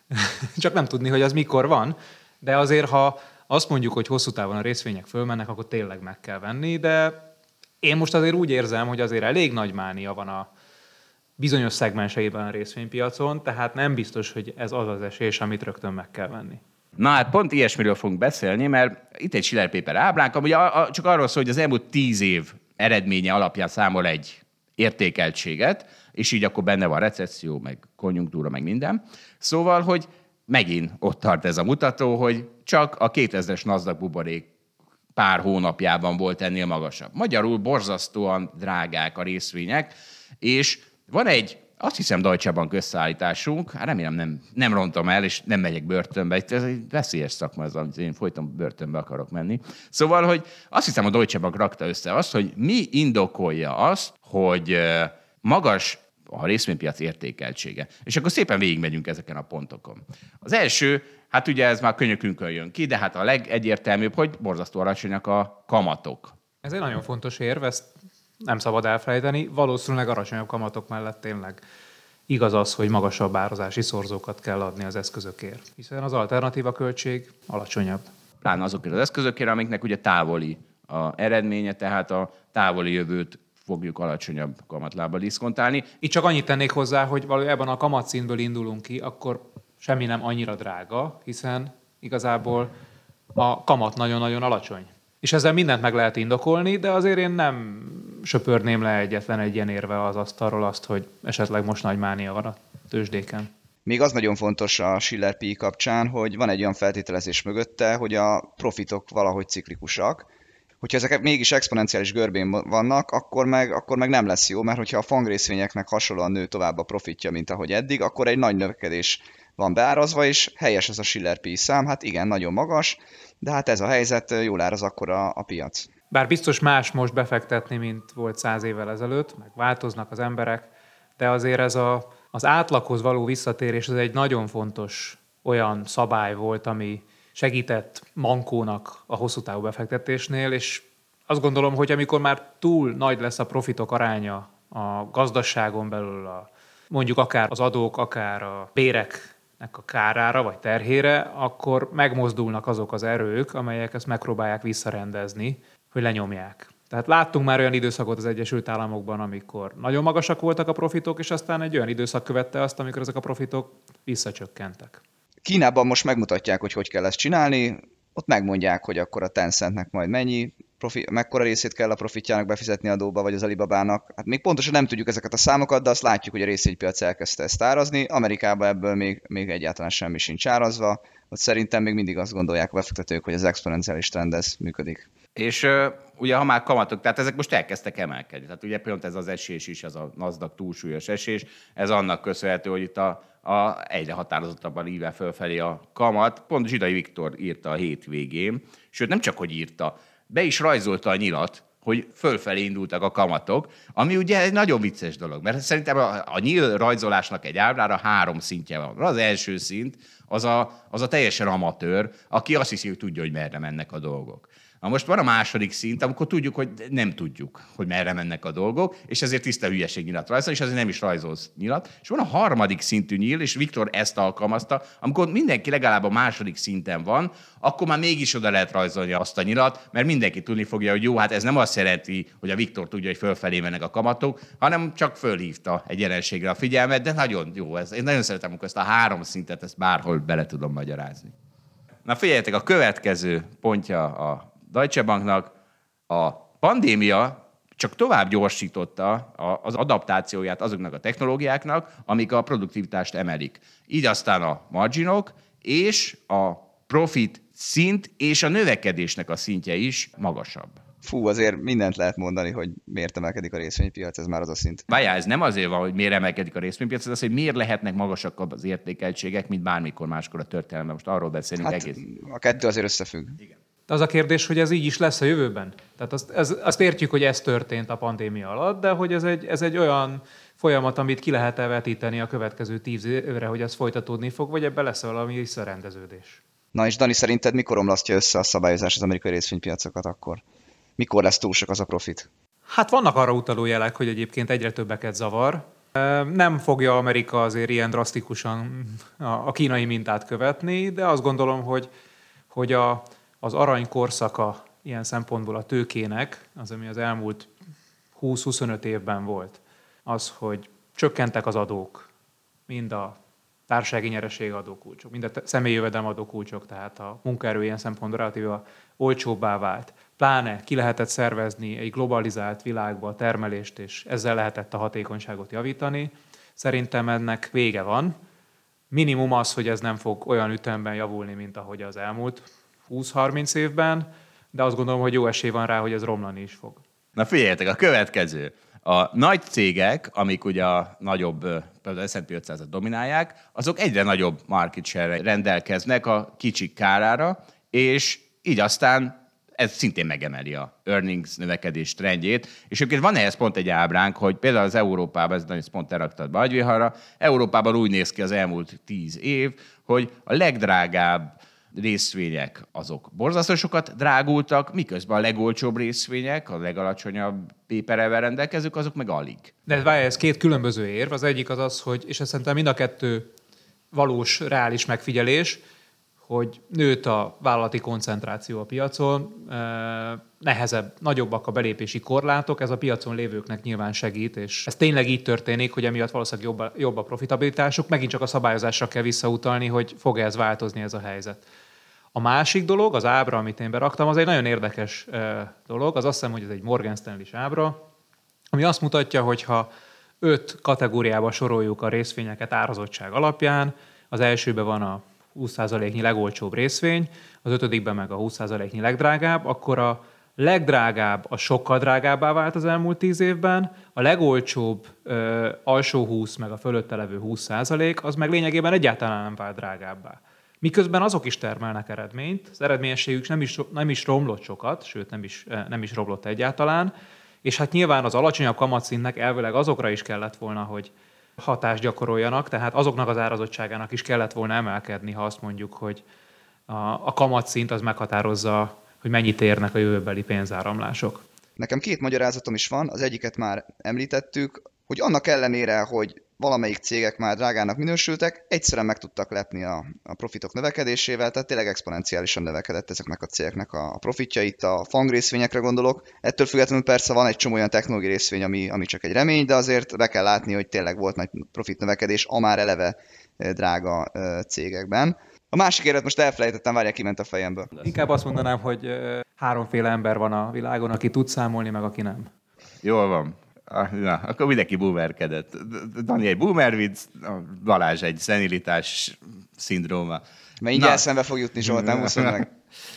Csak nem tudni, hogy az mikor van. De azért, ha azt mondjuk, hogy hosszú távon a részvények fölmennek, akkor tényleg meg kell venni. De én most azért úgy érzem, hogy azért elég nagy mánia van a bizonyos szegmenseiben a részvénypiacon, tehát nem biztos, hogy ez az az esés, amit rögtön meg kell venni. Na hát pont ilyesmiről fogunk beszélni, mert itt egy Shiller Paper ábránk, ami a, a, csak arról szól, hogy az elmúlt tíz év eredménye alapján számol egy értékeltséget, és így akkor benne van recesszió, meg konjunktúra, meg minden. Szóval, hogy megint ott tart ez a mutató, hogy csak a kétezres Nasdaq buborék pár hónapjában volt ennél magasabb. Magyarul borzasztóan drágák a részvények, és van egy, azt hiszem, Deutsche Bank összeállításunk, hát remélem nem, nem rontom el, és nem megyek börtönbe, ez egy veszélyes szakma, az, amit én folyton börtönbe akarok menni. Szóval, hogy azt hiszem, a Deutsche Bank rakta össze azt, hogy mi indokolja azt, hogy magas a részvénypiac értékeltsége. És akkor szépen végigmegyünk ezeken a pontokon. Az első, hát ugye ez már könyökünkön jön ki, de hát a legegyértelműbb, hogy borzasztó alacsonyak a kamatok. Ez egy nagyon fontos érv, ezt nem szabad elfelejteni. Valószínűleg alacsonyabb kamatok mellett tényleg igaz az, hogy magasabb árazási szorzókat kell adni az eszközökért, hiszen az alternatíva költség alacsonyabb. Pláne azokért az eszközökért, amiknek ugye távoli a eredménye, tehát a távoli jövőt fogjuk alacsonyabb kamatlábbal diszkontálni. Itt csak annyit tennék hozzá, hogy valójában a kamatszintből indulunk ki, akkor semmi nem annyira drága, hiszen igazából a kamat nagyon-nagyon alacsony. És ezzel mindent meg lehet indokolni, de azért én nem söpörném le egyetlen egy ilyen érve az asztalról azt, hogy esetleg most nagy mánia van a tőzsdéken. Még az nagyon fontos a Shiller P kapcsán, hogy van egy olyan feltételezés mögötte, hogy a profitok valahogy ciklikusak. Hogyha ezek mégis exponenciális görbén vannak, akkor meg, akkor meg nem lesz jó, mert hogyha a fangrészvényeknek hasonlóan nő tovább a profitja, mint ahogy eddig, akkor egy nagy növekedés van beárazva, és helyes ez a Shiller P szám, hát igen, nagyon magas, de hát ez a helyzet, jól áraz akkor a, a piac. Bár biztos más most befektetni, mint volt száz évvel ezelőtt, meg változnak az emberek, de azért ez a, az átlaghoz való visszatérés, ez egy nagyon fontos olyan szabály volt, ami segített mankónak a hosszú távú befektetésnél, és azt gondolom, hogy amikor már túl nagy lesz a profitok aránya a gazdaságon belül, a, mondjuk akár az adók, akár a béreknek a kárára vagy terhére, akkor megmozdulnak azok az erők, amelyek ezt megpróbálják visszarendezni, hogy lenyomják. Tehát láttunk már olyan időszakot az Egyesült Államokban, amikor nagyon magasak voltak a profitok, és aztán egy olyan időszak követte azt, amikor ezek a profitok visszacsökkentek. Kínában most megmutatják, hogy hogy kell ezt csinálni, ott megmondják, hogy akkor a Tencentnek majd mennyi, profi, mekkora részét kell a profitjának befizetni adóba, vagy az Alibabának. Hát még pontosan nem tudjuk ezeket a számokat, de azt látjuk, hogy a részvénypiac elkezdte ezt árazni. Amerikában ebből még, még egyáltalán semmi sincs árazva. Ott szerintem még mindig azt gondolják a befektetők, hogy az exponenciális trend ez működik. És uh, ugye, ha már kamatok, tehát ezek most elkezdtek emelkedni. Tehát ugye például ez az esés is, az a Nasdaq túlsúlyos esés, ez annak köszönhető, hogy itt a, a egyre határozottabban ível fölfelé a kamat. Pont Zsidai Viktor írta a hétvégén, sőt nem csak, hogy írta, be is rajzolta a nyilat, hogy fölfelé indultak a kamatok, ami ugye egy nagyon vicces dolog, mert szerintem a, a nyíl rajzolásnak egy ábrára három szintje van. Az első szint az a, az a teljesen amatőr, aki azt hiszi, hogy tudja, hogy merre mennek a dolgok. Na most van a második szint, amikor tudjuk, hogy nem tudjuk, hogy merre mennek a dolgok, és ezért tiszta hülyeség nyilat rajzol, és azért nem is rajzolsz nyilat. És van a harmadik szintű nyíl, és Viktor ezt alkalmazta, amikor mindenki legalább a második szinten van, akkor már mégis oda lehet rajzolni azt a nyilat, mert mindenki tudni fogja, hogy jó, hát ez nem azt jelenti, hogy a Viktor tudja, hogy fölfelé mennek a kamatok, hanem csak fölhívta egy jelenségre a figyelmet, de nagyon jó ez. Én nagyon szeretem, amikor ezt a három szintet, ezt bárhol bele tudom magyarázni. Na figyeljetek, a következő pontja a Deutsche Banknak, a pandémia csak tovább gyorsította az adaptációját azoknak a technológiáknak, amik a produktivitást emelik. Így aztán a marginok és a profit szint és a növekedésnek a szintje is magasabb. Fú, azért mindent lehet mondani, hogy miért emelkedik a részvénypiac, ez már az a szint. Várjál, ez nem azért van, hogy miért emelkedik a részvénypiac, ez az, hogy miért lehetnek magasabb az értékeltségek, mint bármikor máskor a történelemben. Most arról beszélünk hát egész. A kettő azért összefügg. Igen. De az a kérdés, hogy ez így is lesz a jövőben. Tehát azt, ez, azt értjük, hogy ez történt a pandémia alatt, de hogy ez egy, ez egy olyan folyamat, amit ki lehet vetíteni a következő tíz évre, hogy ez folytatódni fog, vagy ebben lesz valami visszarendeződés. Na és Dani, szerinted mikor omlasztja össze a szabályozás az amerikai részvénypiacokat akkor? Mikor lesz túl sok az a profit? Hát vannak arra utaló jelek, hogy egyébként egyre többeket zavar. Nem fogja Amerika azért ilyen drasztikusan a kínai mintát követni, de azt gondolom, hogy, hogy a, az arany korszaka ilyen szempontból a tőkének, az, ami az elmúlt húsz-huszonöt évben volt, az, hogy csökkentek az adók, mind a társasági nyereség adókulcsok, mind a személyi jövedelem adókulcsok, tehát a munkaerő ilyen szempontból relatíva olcsóbbá vált. Pláne ki lehetett szervezni egy globalizált világba a termelést, és ezzel lehetett a hatékonyságot javítani. Szerintem ennek vége van. Minimum az, hogy ez nem fog olyan ütemben javulni, mint ahogy az elmúlt húsz-harminc évben, de azt gondolom, hogy jó esély van rá, hogy ez romlani is fog. Na figyeljetek, a következő. A nagy cégek, amik ugye a nagyobb, például az es and pé ötszázat dominálják, azok egyre nagyobb market share-re rendelkeznek a kicsik kárára, és így aztán ez szintén megemeli a earnings növekedés trendjét. És egyébként van ehhez pont egy ábránk, hogy például az Európában, ez nagyon pont elraktad be agyviharra, Európában úgy néz ki az elmúlt tíz év, hogy a legdrágább részvények azok borzasztó sokat drágultak, miközben a legolcsóbb részvények, a legalacsonyabb péperevel rendelkezők, azok meg alig. De várj, ez két különböző érv. Az egyik az az, hogy, és ezt szerintem mind a kettő valós, reális megfigyelés, hogy nőtt a vállalati koncentráció a piacon, nehezebb, nagyobbak a belépési korlátok, ez a piacon lévőknek nyilván segít, és ez tényleg így történik, hogy emiatt valószínűleg jobb a, jobb a profitabilitásuk, megint csak a szabályozásra kell visszautalni, hogy fog ez változni ez a helyzet. A másik dolog, az ábra, amit én beraktam, az egy nagyon érdekes dolog, az azt hiszem, hogy ez egy Morgan Stanley-s ábra, ami azt mutatja, hogy ha öt kategóriába soroljuk a részvényeket árazottság alapján, az elsőben van a húsz százaléknyi legolcsóbb részvény, az ötödikben meg a húsz százaléknyi legdrágább, akkor a legdrágább a sokkal drágábbá vált az elmúlt tíz évben, a legolcsóbb ö, alsó húsz meg a fölötte levő húsz százalék, az meg lényegében egyáltalán nem vált drágábbá. Miközben azok is termelnek eredményt, az eredményességük nem is, nem is romlott sokat, sőt nem is, nem is romlott egyáltalán, és hát nyilván az alacsonyabb kamatszintnek elvileg azokra is kellett volna, hogy hatást gyakoroljanak, tehát azoknak az árazottságának is kellett volna emelkedni, ha azt mondjuk, hogy a, a kamatszint az meghatározza, hogy mennyit érnek a jövőbeli pénzáramlások. Nekem két magyarázatom is van, az egyiket már említettük, hogy annak ellenére, hogy valamelyik cégek már drágának minősültek, egyszerűen meg tudtak lepni a, a profitok növekedésével, tehát tényleg exponenciálisan növekedett ezeknek a cégeknek a profitja, itt a fang részvényekre gondolok. Ettől függetlenül persze van egy csomó olyan technológiai részvény, ami, ami csak egy remény, de azért be kell látni, hogy tényleg volt nagy profit növekedés a már eleve drága cégekben. A másik érvet most elfelejtettem, várják, kiment a fejemből. Inkább azt mondanám, hogy háromféle ember van a világon, aki tud számolni, meg aki nem. Jól van. Na, akkor mindenki boomerkedett. Dani egy boomer vicc, Balázs egy szenilitás szindróma. Mert így eszembe fog jutni, Zsolt, nem úszom meg.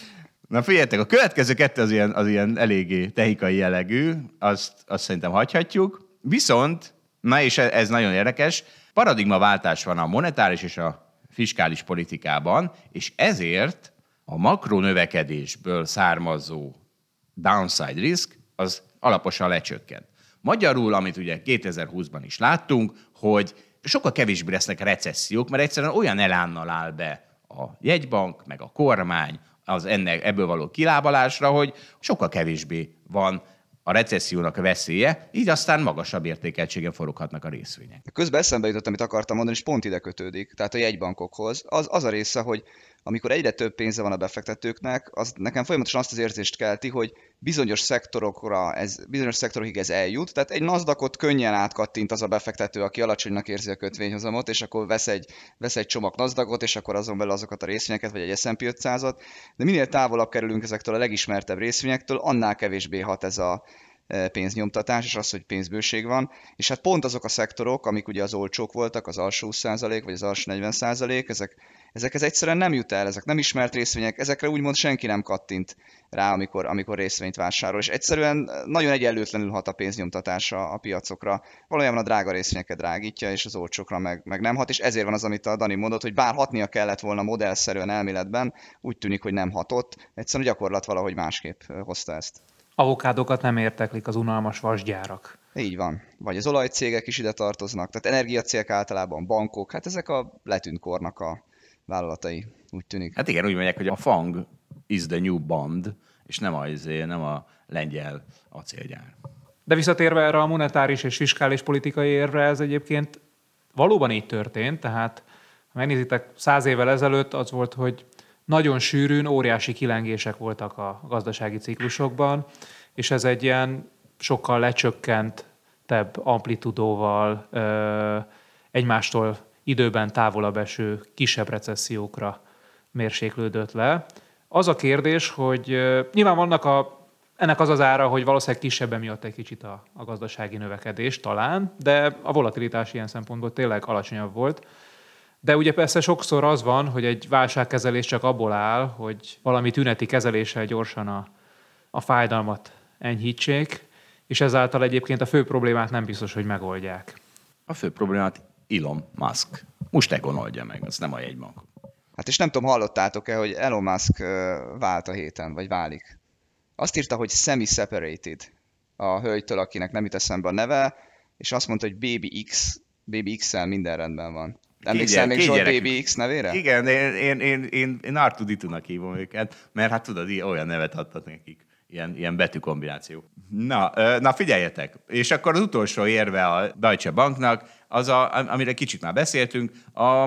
Na figyeljetek, a következő kettő az ilyen, az ilyen eléggé technikai jellegű, azt, azt szerintem hagyhatjuk. Viszont, na és ez nagyon érdekes, paradigmaváltás van a monetáris és a fiskális politikában, és ezért a makronövekedésből származó downside risk az alaposan lecsökkent. Magyarul, amit ugye kétezer-húszban is láttunk, hogy sokkal kevésbé lesznek recessziók, mert egyszerűen olyan elánnal áll be a jegybank, meg a kormány az ennek, ebből való kilábalásra, hogy sokkal kevésbé van a recessziónak a veszélye, így aztán magasabb értékeltségen foroghatnak a részvények. Közben eszembe jutott, amit akartam mondani, és pont ide kötődik, tehát a jegybankokhoz. Az, az a része, hogy amikor egyre több pénze van a befektetőknek, az nekem folyamatosan azt az érzést kelti, hogy bizonyos szektorokra, ez, bizonyos szektorokig ez eljut, tehát egy NASDAQ-ot könnyen átkattint az a befektető, aki alacsonynak érzi a kötvényhozamot, és akkor vesz egy, vesz egy csomag NASDAQ-ot, és akkor azon belül azokat a részvényeket, vagy egy es and pé ötszázat, de minél távolabb kerülünk ezektől a legismertebb részvényektől, annál kevésbé hat ez a pénznyomtatás, és az, hogy pénzbőség van. És hát pont azok a szektorok, amik ugye az olcsók voltak, az alsó húsz százalék, vagy az alsó negyven százalék, ezek, ezekhez egyszerűen nem jut el, ezek nem ismert részvények, ezekre úgymond senki nem kattint rá, amikor, amikor részvényt vásárol. És egyszerűen nagyon egyenlőtlenül hat a pénznyomtatás a, a piacokra. Valójában a drága részvényeket drágítja, és az olcsókra meg, meg nem hat, és ezért van az, amit a Dani mondott, hogy bár hatnia kellett volna modellszerűen elméletben, úgy tűnik, hogy nem hatott, egyszerűen a gyakorlat valahogy másképp hozta ezt. Avokádokat nem érteklik az unalmas vasgyárak. Így van. Vagy az olajcégek is ide tartoznak, tehát energiacégek általában, bankok, hát ezek a letűnt kornak a vállalatai, úgy tűnik. Hát igen, úgy mondják, hogy a fang is the new bond, és nem a, nem a lengyel acélgyár. De visszatérve erre a monetáris és fiskális politikai érvre, ez egyébként valóban így történt, tehát ha megnézitek, száz évvel ezelőtt az volt, hogy nagyon sűrűn óriási kilengések voltak a gazdasági ciklusokban, és ez egy ilyen sokkal lecsökkentebb amplitudóval, egymástól időben távolabb eső kisebb recessziókra mérséklődött le. Az a kérdés, hogy nyilván vannak a, ennek az az ára, hogy valószínűleg kisebb emiatt egy kicsit a, a gazdasági növekedés talán, de a volatilitás ilyen szempontból tényleg alacsonyabb volt. De ugye persze sokszor az van, hogy egy válságkezelés csak abból áll, hogy valami tüneti kezeléssel gyorsan a, a fájdalmat enyhítsék, és ezáltal egyébként a fő problémát nem biztos, hogy megoldják. A fő problémát Elon Musk most Egon oldja meg, az nem a jegybank. Hát és nem tudom, hallottátok-e, hogy Elon Musk vált a héten, vagy válik. Azt írta, hogy semi-separated a hölgytől, akinek nem jut eszembe a neve, és azt mondta, hogy Baby X, Baby X-el minden rendben van. Emlékszel még Zsolt Baby X nevére? Igen, én, én, én, én, én er kettő dé kettőnek hívom őket, mert hát tudod, olyan nevet adtak nekik. Ilyen, ilyen betűkombináció. Na, na, figyeljetek, és akkor az utolsó érve a Deutsche Banknak, az, a, amire kicsit már beszéltünk, a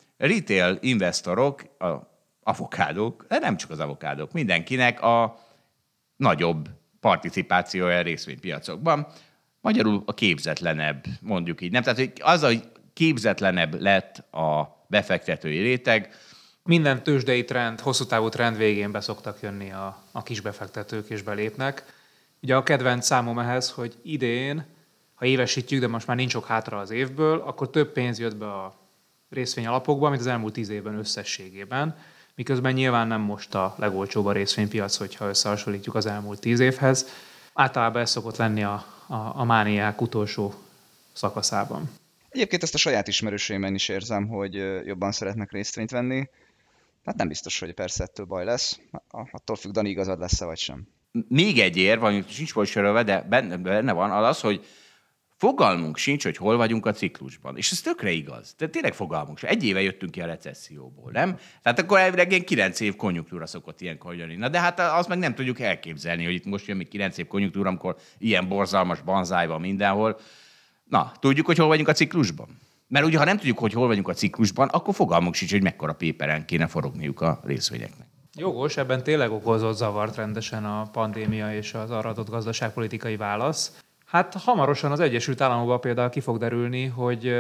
retail investorok, a avokádók, de nem csak az avokádók, mindenkinek a nagyobb participációja a részvénypiacokban. Magyarul a képzetlenebb, mondjuk így. Nem? Tehát hogy az, hogy képzetlenebb lett a befektetői réteg. Minden tőzsdei trend, hosszú távú trend végén be szoktak jönni a, a kis befektetők és belépnek. Ugye a kedvenc számom ehhez, hogy idén, ha évesítjük, de most már nincs sok hátra az évből, akkor több pénz jött be a részvényalapokba, mint az elmúlt tíz évben összességében, miközben nyilván nem most a legolcsóbb a részvénypiac, hogyha összehasonlítjuk az elmúlt tíz évhez. Általában ez szokott lenni a, a, a mániák utolsó szakaszában. Egyébként ezt a saját ismerőseimen is érzem, hogy jobban szeretnek részvényt venni. Hát nem biztos, hogy persze ettől baj lesz. Attól függ, Dani, igazad lesz-e vagy sem. Még egy érv, ami sincs volt sorolva, de benne, benne van, az az, hogy fogalmunk sincs, hogy hol vagyunk a ciklusban. És ez tökre igaz. De tényleg fogalmunk sincs. Egy éve jöttünk ki a recesszióból, nem? Tehát akkor elvileg ilyen kilenc év konjunktúra szokott ilyenkor jönni. Na de hát azt meg nem tudjuk elképzelni, hogy itt most jön még kilenc év konjunktúra, amikor ilyen borzalmas banzáj van mindenhol. Na, tudjuk, hogy hol vagyunk a ciklusban? Mert ugye, ha nem tudjuk, hogy hol vagyunk a ciklusban, akkor fogalmunk sincs, hogy mekkora péperen kéne forogniuk a részvényeknek. Jogos, ebben tényleg okozott zavart rendesen a pandémia és az arra adott gazdaságpolitikai válasz. Hát hamarosan az Egyesült Államokban például ki fog derülni, hogy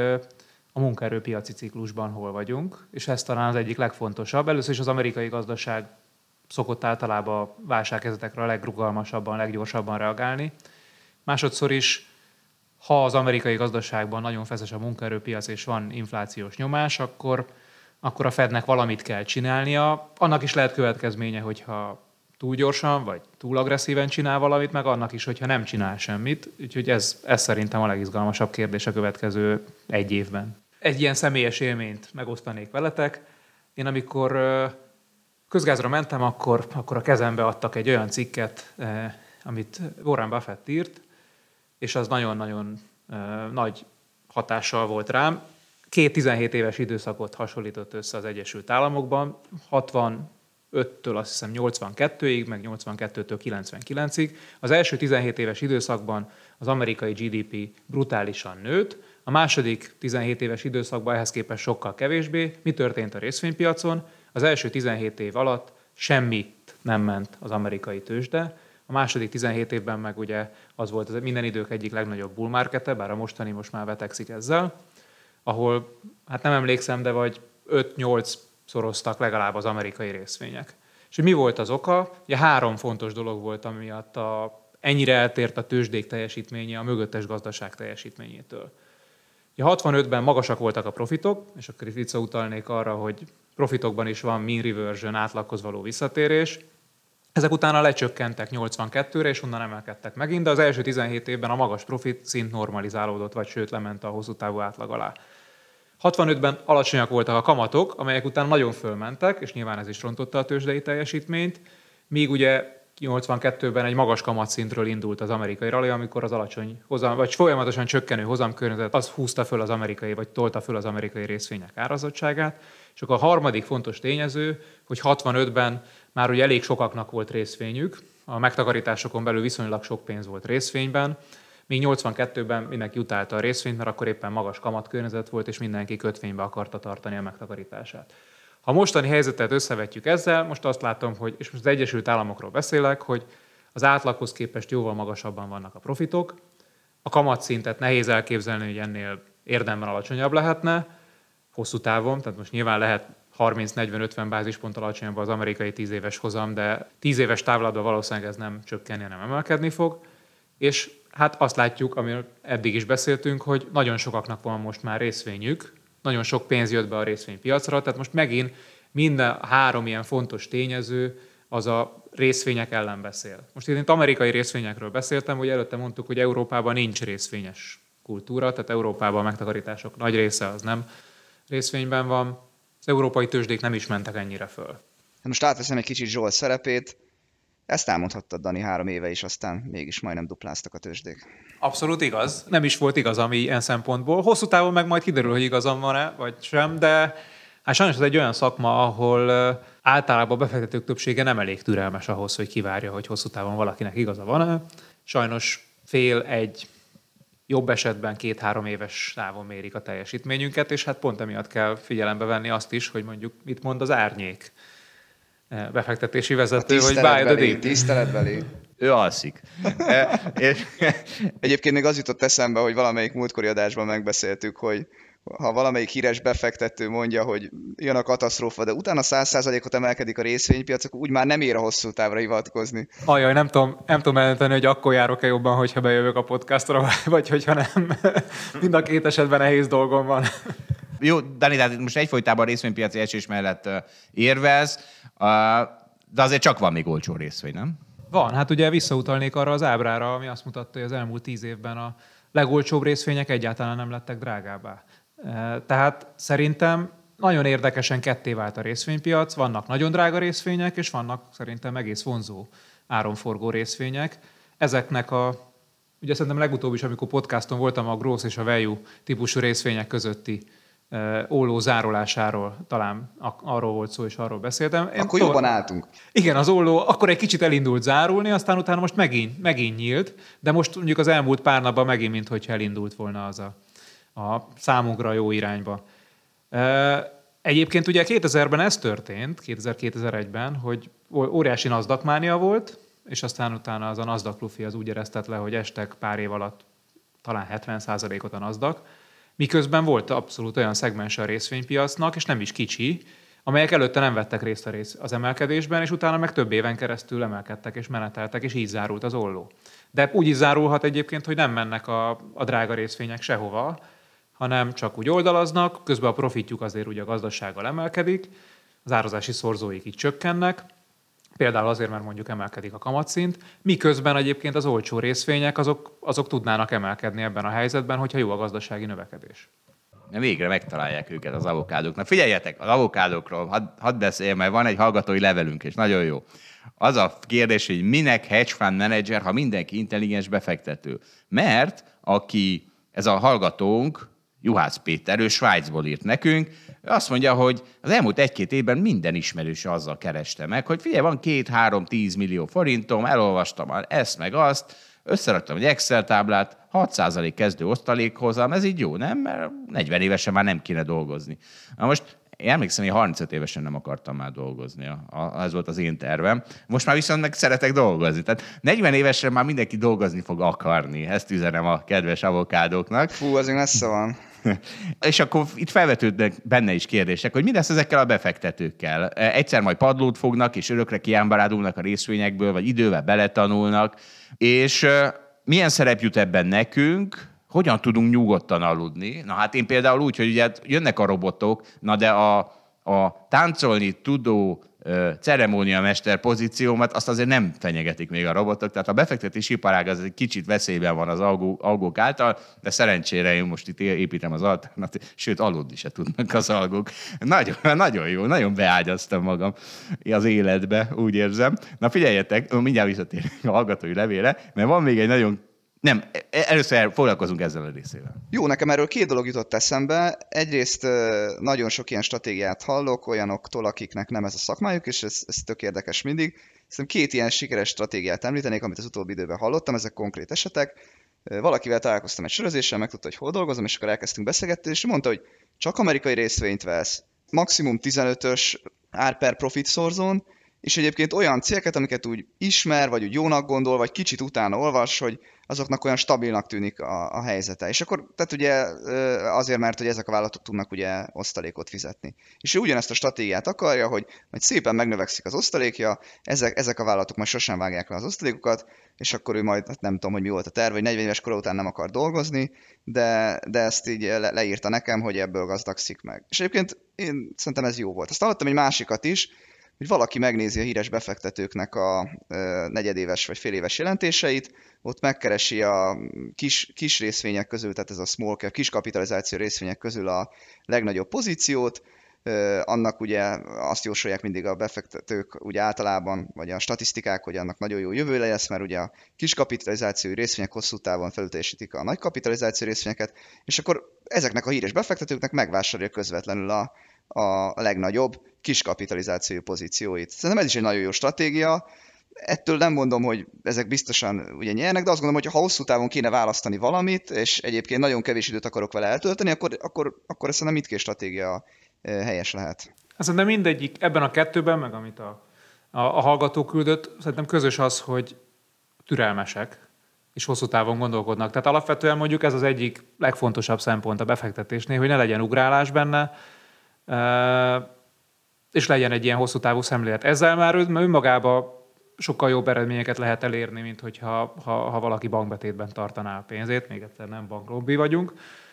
a munkaerőpiaci ciklusban hol vagyunk, és ez talán az egyik legfontosabb. Először is az amerikai gazdaság szokott általában a válsághelyzetekre a legrugalmasabban, leggyorsabban reagálni. Másodszor is, ha az amerikai gazdaságban nagyon feszes a munkaerőpiac és van inflációs nyomás, akkor, akkor a Fednek valamit kell csinálnia. Annak is lehet következménye, hogyha túl gyorsan vagy túl agresszíven csinál valamit, meg annak is, hogyha nem csinál semmit. Úgyhogy ez, ez szerintem a legizgalmasabb kérdés a következő egy évben. Egy ilyen személyes élményt megosztanék veletek. Én amikor közgázra mentem, akkor, akkor a kezembe adtak egy olyan cikket, amit Warren Buffett írt, és az nagyon-nagyon nagy hatással volt rám. Két tizenhét éves időszakot hasonlított össze az Egyesült Államokban, hatvanöttől azt hiszem nyolcvankettőig, meg nyolcvankettőtől kilencvenkilencig. Az első tizenhét éves időszakban az amerikai gé dé pé brutálisan nőtt, a második tizenhét éves időszakban ehhez képest sokkal kevésbé. Mi történt a részvénypiacon? Az első tizenhét év alatt semmit nem ment az amerikai tőzsde, a második tizenhét évben meg ugye az volt az minden idők egyik legnagyobb bull markete, bár a mostani most már vetekszik ezzel, ahol, hát nem emlékszem, de vagy öt-nyolc szoroztak legalább az amerikai részvények. És mi volt az oka? Ugye három fontos dolog volt, amiatt a, ennyire eltért a tőzsdék teljesítménye a mögöttes gazdaság teljesítményétől. Ugye hatvanötben magasak voltak a profitok, és akkor itt visszautalnék arra, hogy profitokban is van mean reversion, átlaghoz való visszatérés. Ezek utána lecsökkentek nyolcvankettőre, és onnan emelkedtek megint, de az első tizenhét évben a magas profit szint normalizálódott, vagy sőt lement a hosszú távú átlag alá. hatvanötben alacsonyak voltak a kamatok, amelyek után nagyon fölmentek, és nyilván ez is rontotta a tőzsdei teljesítményt, míg ugye nyolcvankettőben egy magas kamatszintről indult az amerikai rally, amikor az alacsony hozam, vagy folyamatosan csökkenő hozamkörnyezet az húzta föl az amerikai, vagy tolta föl az amerikai részvények árazottságát. És akkor a harmadik fontos tényező, hogy hatvanötben már ugye elég sokaknak volt részvényük, a megtakarításokon belül viszonylag sok pénz volt részvényben, míg nyolcvankettőben mindenki utálta a részvényt, mert akkor éppen magas kamatkörnyezet volt, és mindenki kötvénybe akarta tartani a megtakarítását. Ha a mostani helyzetet összevetjük ezzel, most azt látom, hogy, és most az Egyesült Államokról beszélek, hogy az átlaghoz képest jóval magasabban vannak a profitok, a kamatszintet nehéz elképzelni, hogy ennél érdemben alacsonyabb lehetne, hosszú távon, tehát most nyilván lehet harminc negyven ötven bázispont alacsonyabb az amerikai tíz éves hozam, de tíz éves távlatban valószínűleg ez nem csökkenni, nem emelkedni fog. És hát azt látjuk, amiről eddig is beszéltünk, hogy nagyon sokaknak van most már részvényük, nagyon sok pénz jött be a részvénypiacra, tehát most megint minden három ilyen fontos tényező az a részvények ellen beszél. Most itt amerikai részvényekről beszéltem, hogy előtte mondtuk, hogy Európában nincs részvényes kultúra, tehát Európában a megtakarítások nagy része az nem részvényben van. Az európai tőzsdék nem is mentek ennyire föl. Most átveszem egy kicsit Zsolt szerepét. Ezt elmondhattad, Dani, három éve is, aztán mégis majdnem dupláztak a tőzsdék. Abszolút igaz. Nem is volt igazam ilyen szempontból. Hosszú távon meg majd kiderül, hogy igazam van-e, vagy sem, de hát sajnos ez egy olyan szakma, ahol általában a befektetők többsége nem elég türelmes ahhoz, hogy kivárja, hogy hosszú távon valakinek igaza van-e. Sajnos fél egy, jobb esetben két-három éves távon mérik a teljesítményünket, és hát pont emiatt kell figyelembe venni azt is, hogy mondjuk mit mond az árnyék befektetési vezető, hogy buy the dip. Tiszteletbeli. Ő alszik. Egyébként még az jutott eszembe, hogy valamelyik múltkori adásban megbeszéltük, hogy ha valamelyik híres befektető mondja, hogy jön a katasztrófa, de utána száz százalékot emelkedik a részvénypiac, akkor úgy már nem ér a hosszú távra hivatkozni. Ajaj, nem tudom, nem tudom elmenteni, hogy akkor járok-e jobban, hogyha bejövök a podcastra, vagy hogyha nem. Mind a két esetben nehéz dolgom van. Jó, Dani, tehát most egyfolytában a részvénypiaci esés mellett érvelsz, de azért csak van még olcsó részvény, nem? Van, hát ugye visszautalnék arra az ábrára, ami azt mutatta, hogy az elmúlt tíz évben a legolcsóbb részvények egyáltalán nem lettek drágábbá. Tehát szerintem nagyon érdekesen ketté vált a részvénypiac, vannak nagyon drága részvények, és vannak szerintem egész vonzó áronforgó részvények. Ezeknek a, ugye szerintem legutóbb is, amikor podcaston voltam, a growth és a value típusú részvények közötti olló zárulásáról, talán arról volt szó, és arról beszéltem. Én akkor jobban álltunk. Igen, az olló akkor egy kicsit elindult zárulni, aztán utána most megint, megint nyílt, de most mondjuk az elmúlt pár napban megint, minthogyha elindult volna az a, a számunkra jó irányba. Egyébként ugye kétezerben ez történt, kétezer-kétezer-egyben, hogy óriási Nasdaq mánia volt, és aztán utána az a Nasdaq lufi az úgy eresztett le, hogy estek pár év alatt talán hetven százalékot a Nasdaq, miközben volt abszolút olyan szegmens a részvénypiacnak, és nem is kicsi, amelyek előtte nem vettek részt a rész az emelkedésben, és utána meg több éven keresztül emelkedtek és meneteltek, és így zárult az olló. De úgy is zárulhat egyébként, hogy nem mennek a, a drága részvények sehova, hanem csak úgy oldalaznak, közben a profitjuk azért ugye a gazdasággal emelkedik, az árazási szorzóik így csökkennek, például azért, mert mondjuk emelkedik a kamatszint, miközben egyébként az olcsó részvények azok, azok tudnának emelkedni ebben a helyzetben, hogyha jó a gazdasági növekedés. Végre megtalálják őket az avokádóknak. Figyeljetek, az avokádókról hadd had beszélj, mert van egy hallgatói levelünk, és nagyon jó. Az a kérdés, hogy minek hedge fund manager, ha mindenki intelligens befektető. Mert aki, ez a hallgatónk, Juhász Péter, ő Svájcból írt nekünk, azt mondja, hogy az elmúlt egy-két évben minden ismerős azzal kereste meg, hogy figyelj, van két-három-tíz millió forintom, elolvastam ezt meg azt, összeraktam egy Excel táblát, hat százalék kezdő osztalékhozam, ez így jó, nem? Mert negyven évesen már nem kéne dolgozni. Na most én emlékszem, hogy harmincöt évesen nem akartam már dolgozni. Ez volt az én tervem. Most már viszont meg szeretek dolgozni. Tehát negyven évesen már mindenki dolgozni fog akarni. Ezt üzenem a kedves avokádóknak. Fú, azért messze van. És akkor itt felvetődnek benne is kérdések, hogy mi lesz ezekkel a befektetőkkel. Egyszer majd padlót fognak, és örökre kiámbárádulnak a részvényekből, vagy idővel beletanulnak. És milyen szerep jut ebben nekünk? Hogyan tudunk nyugodtan aludni? Na hát én például úgy, hogy ugye jönnek a robotok, na de a, a táncolni tudó uh, ceremóniamester pozíciómat azt azért nem fenyegetik még a robotok, tehát a befektetési iparág az egy kicsit veszélyben van az algó, algók által, de szerencsére én most itt építem az alternatívát, sőt aludni se tudnak az algók. Nagyon, nagyon jó, nagyon beágyaztam magam az életbe, úgy érzem. Na figyeljetek, mindjárt visszatérünk a hallgatói levélre, mert van még egy nagyon Nem, először foglalkozunk ezzel a részével. Jó, nekem erről két dolog jutott eszembe. Egyrészt nagyon sok ilyen stratégiát hallok olyanoktól, akiknek nem ez a szakmájuk, és ez, ez tök érdekes mindig. Szerintem két ilyen sikeres stratégiát említenék, amit az utóbbi időben hallottam, ezek konkrét esetek. Valakivel találkoztam egy sörözéssel, megtudta, hogy hol dolgozom, és akkor elkezdtünk beszélgetni, és mondta, hogy csak amerikai részvényt vesz, maximum tizenötös ár per profit szorzón, és egyébként olyan cégeket, amiket úgy ismer, vagy úgy jónak gondol, vagy kicsit utána olvas, hogy azoknak olyan stabilnak tűnik a, a helyzete. És akkor, tehát ugye azért, mert hogy ezek a vállalatok tudnak ugye osztalékot fizetni. És ő ugyanezt a stratégiát akarja, hogy majd szépen megnövekszik az osztalékja, ezek, ezek a vállalatok majd sosem vágják le az osztalékokat, és akkor ő majd, hát nem tudom, hogy mi volt a terv, hogy negyven éves kora után nem akar dolgozni, de, de ezt így le, leírta nekem, hogy ebből gazdagszik meg. És egyébként én szerintem ez jó volt. Azt hallottam egy másikat is, hogy valaki megnézi a híres befektetőknek a negyedéves vagy féléves jelentéseit, ott megkeresi a kis, kis részvények közül, tehát ez a small cap, kis kapitalizáció részvények közül a legnagyobb pozíciót, annak ugye azt jósolják mindig a befektetők ugye általában, vagy a statisztikák, hogy annak nagyon jó jövője lesz, mert ugye a kis kapitalizációi részvények hosszú távon felülteljesítik a nagy kapitalizáció részvényeket, és akkor ezeknek a híres befektetőknek megvásárolja közvetlenül a, a legnagyobb kis kapitalizációi pozícióit. Szerintem ez is egy nagyon jó stratégia. Ettől nem mondom, hogy ezek biztosan ugye nyernek, de azt gondolom, hogy ha hosszú távon kéne választani valamit, és egyébként nagyon kevés időt akarok vele eltölteni, akkor, akkor, akkor szerintem mindkét stratégia helyes lehet. Szerintem mindegyik ebben a kettőben, meg amit a, a, a hallgató küldött, szerintem közös az, hogy türelmesek, és hosszú távon gondolkodnak. Tehát alapvetően mondjuk ez az egyik legfontosabb szempont a befektetésnél, hogy ne legyen ugrálás benne, és legyen egy ilyen hosszú távú szemlélet. Ezzel már önmagában sokkal jobb eredményeket lehet elérni, mint hogyha ha, ha valaki bankbetétben tartaná a pénzét. Még egyszer nem banklobby vagyunk.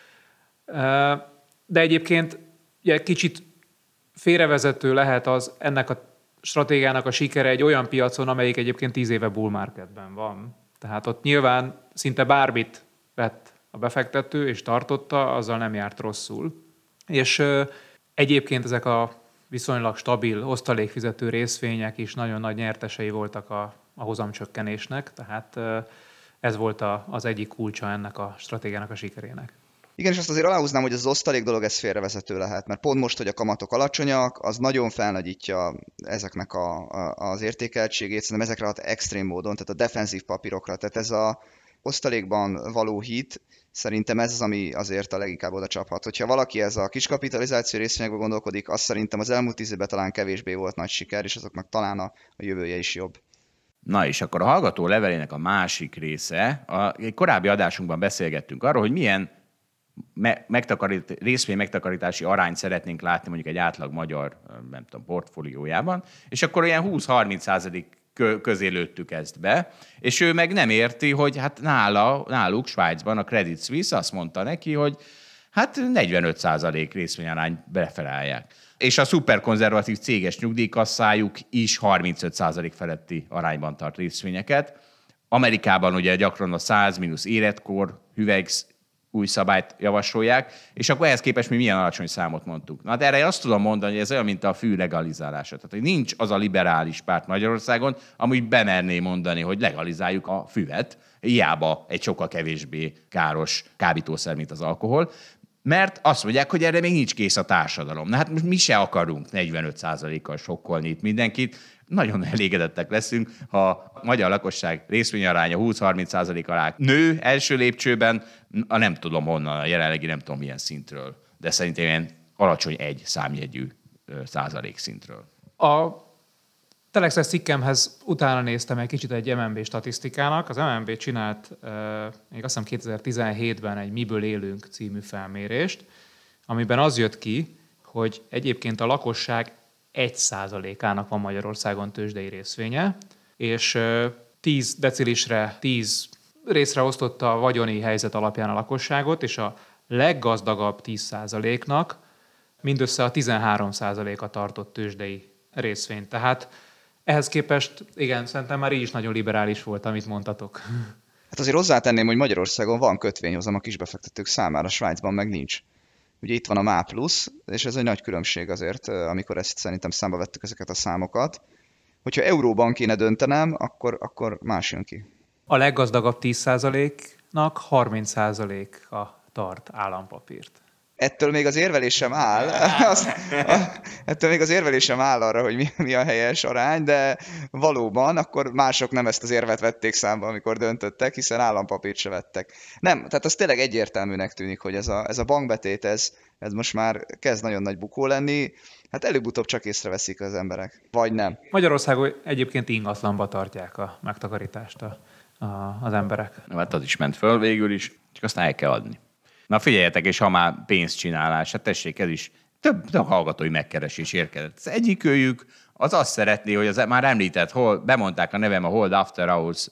De egyébként ugye, kicsit félrevezető lehet az ennek a stratégiának a sikere egy olyan piacon, amelyik egyébként tíz éve bull marketben van. Tehát ott nyilván szinte bármit vett a befektető, és tartotta, azzal nem járt rosszul. És egyébként ezek a viszonylag stabil osztalékfizető részvények is nagyon nagy nyertesei voltak a, a hozamcsökkenésnek, tehát ez volt a, az egyik kulcsa ennek a stratégiának a sikerének. Igen, és azt azért aláhúznám, hogy az osztalék dolog ez félrevezető lehet, mert pont most, hogy a kamatok alacsonyak, az nagyon felnagyítja ezeknek a, a, az értékeltségét, szerintem ezekre hat extrém módon, tehát a defenzív papírokra, tehát ez a osztalékban való hit, szerintem ez az, ami azért a leginkább oda csaphat. Hogyha valaki ez a kis kapitalizáció részvényekben gondolkodik, azt szerintem az elmúlt tíz évben talán kevésbé volt nagy siker, és azoknak talán a, a jövője is jobb. Na és akkor a hallgató levelének a másik része, a, egy korábbi adásunkban beszélgettünk arról, hogy milyen me- megtakarít, részvény megtakarítási arányt szeretnénk látni mondjuk egy átlag magyar, nem tudom, portfóliójában, és akkor olyan húsz-harminc százalék közé lőttük ezt be, és ő meg nem érti, hogy hát nála, náluk Svájcban a Credit Suisse azt mondta neki, hogy hát negyvenöt százalék részvényarány befelállják. És a szuperkonzervatív céges nyugdíjkasszájuk is harmincöt százalék feletti arányban tart részvényeket. Amerikában ugye gyakran a száz mínusz életkor hüvegsz új szabályt javasolják, és akkor ehhez képest mi milyen alacsony számot mondtuk. Na, de erre azt tudom mondani, hogy ez olyan, mint a fű legalizálása. Tehát, hogy nincs az a liberális párt Magyarországon, ami bemerné mondani, hogy legalizáljuk a füvet, hiába egy sokkal kevésbé káros kábítószer, mint az alkohol, mert azt mondják, hogy erre még nincs kész a társadalom. Na hát mi se akarunk negyvenöt százalékkal sokkolni itt mindenkit, nagyon elégedettek leszünk, ha a magyar lakosság részvényaránya húsz-harminc százalék alá nő első lépcsőben, a nem tudom honnan, a jelenlegi nem tudom milyen szintről, de szerintem ilyen alacsony egy számjegyű százalék szintről. A Telexes cikkemhez utána néztem egy kicsit egy em en bé statisztikának. Az em en bé csinált uh, még azt hiszem kétezer-tizenhétben egy Miből élünk című felmérést, amiben az jött ki, hogy egyébként a lakosság egy százalékának van Magyarországon tőzsdei részvénye, és tíz decilisre, tíz részre osztotta a vagyoni helyzet alapján a lakosságot, és a leggazdagabb tíz százaléknak mindössze a tizenhárom százaléka tartott tőzsdei részvényt. Tehát ehhez képest, igen, szerintem már így is nagyon liberális volt, amit mondtatok. Hát azért hozzátenném, hogy Magyarországon van kötvényhozam a kisbefektetők számára, Svájcban meg nincs. Ugye itt van a MÁ plusz, és ez egy nagy különbség azért, amikor ezt szerintem számba vettük ezeket a számokat. Hogyha euróban kéne döntenem, akkor, akkor más jön ki. A leggazdagabb tíz százalék harminc százaléka tart állampapírt. Ettől még az érvelésem áll, az, a, ettől még az érvelésem áll arra, hogy mi, mi a helyes arány, de valóban akkor mások nem ezt az érvet vették számba, amikor döntöttek, hiszen állampapírt se vettek. Nem, tehát az tényleg egyértelműnek tűnik, hogy ez a, ez a bankbetét, ez, ez most már kezd nagyon nagy bukó lenni, hát előbb-utóbb csak észreveszik az emberek, vagy nem. Magyarországon egyébként ingatlanba tartják a megtakarítást a, a, az emberek. Na, hát az is ment föl végül is, csak aztán el kell adni. Na figyeljetek, és ha már pénzcsinálás, hát tessék, ez is több, több hallgatói megkeresés érkezett. Az egyikőjük az azt szeretné, hogy az már említett, hol bemondták a nevem a Hold After Hours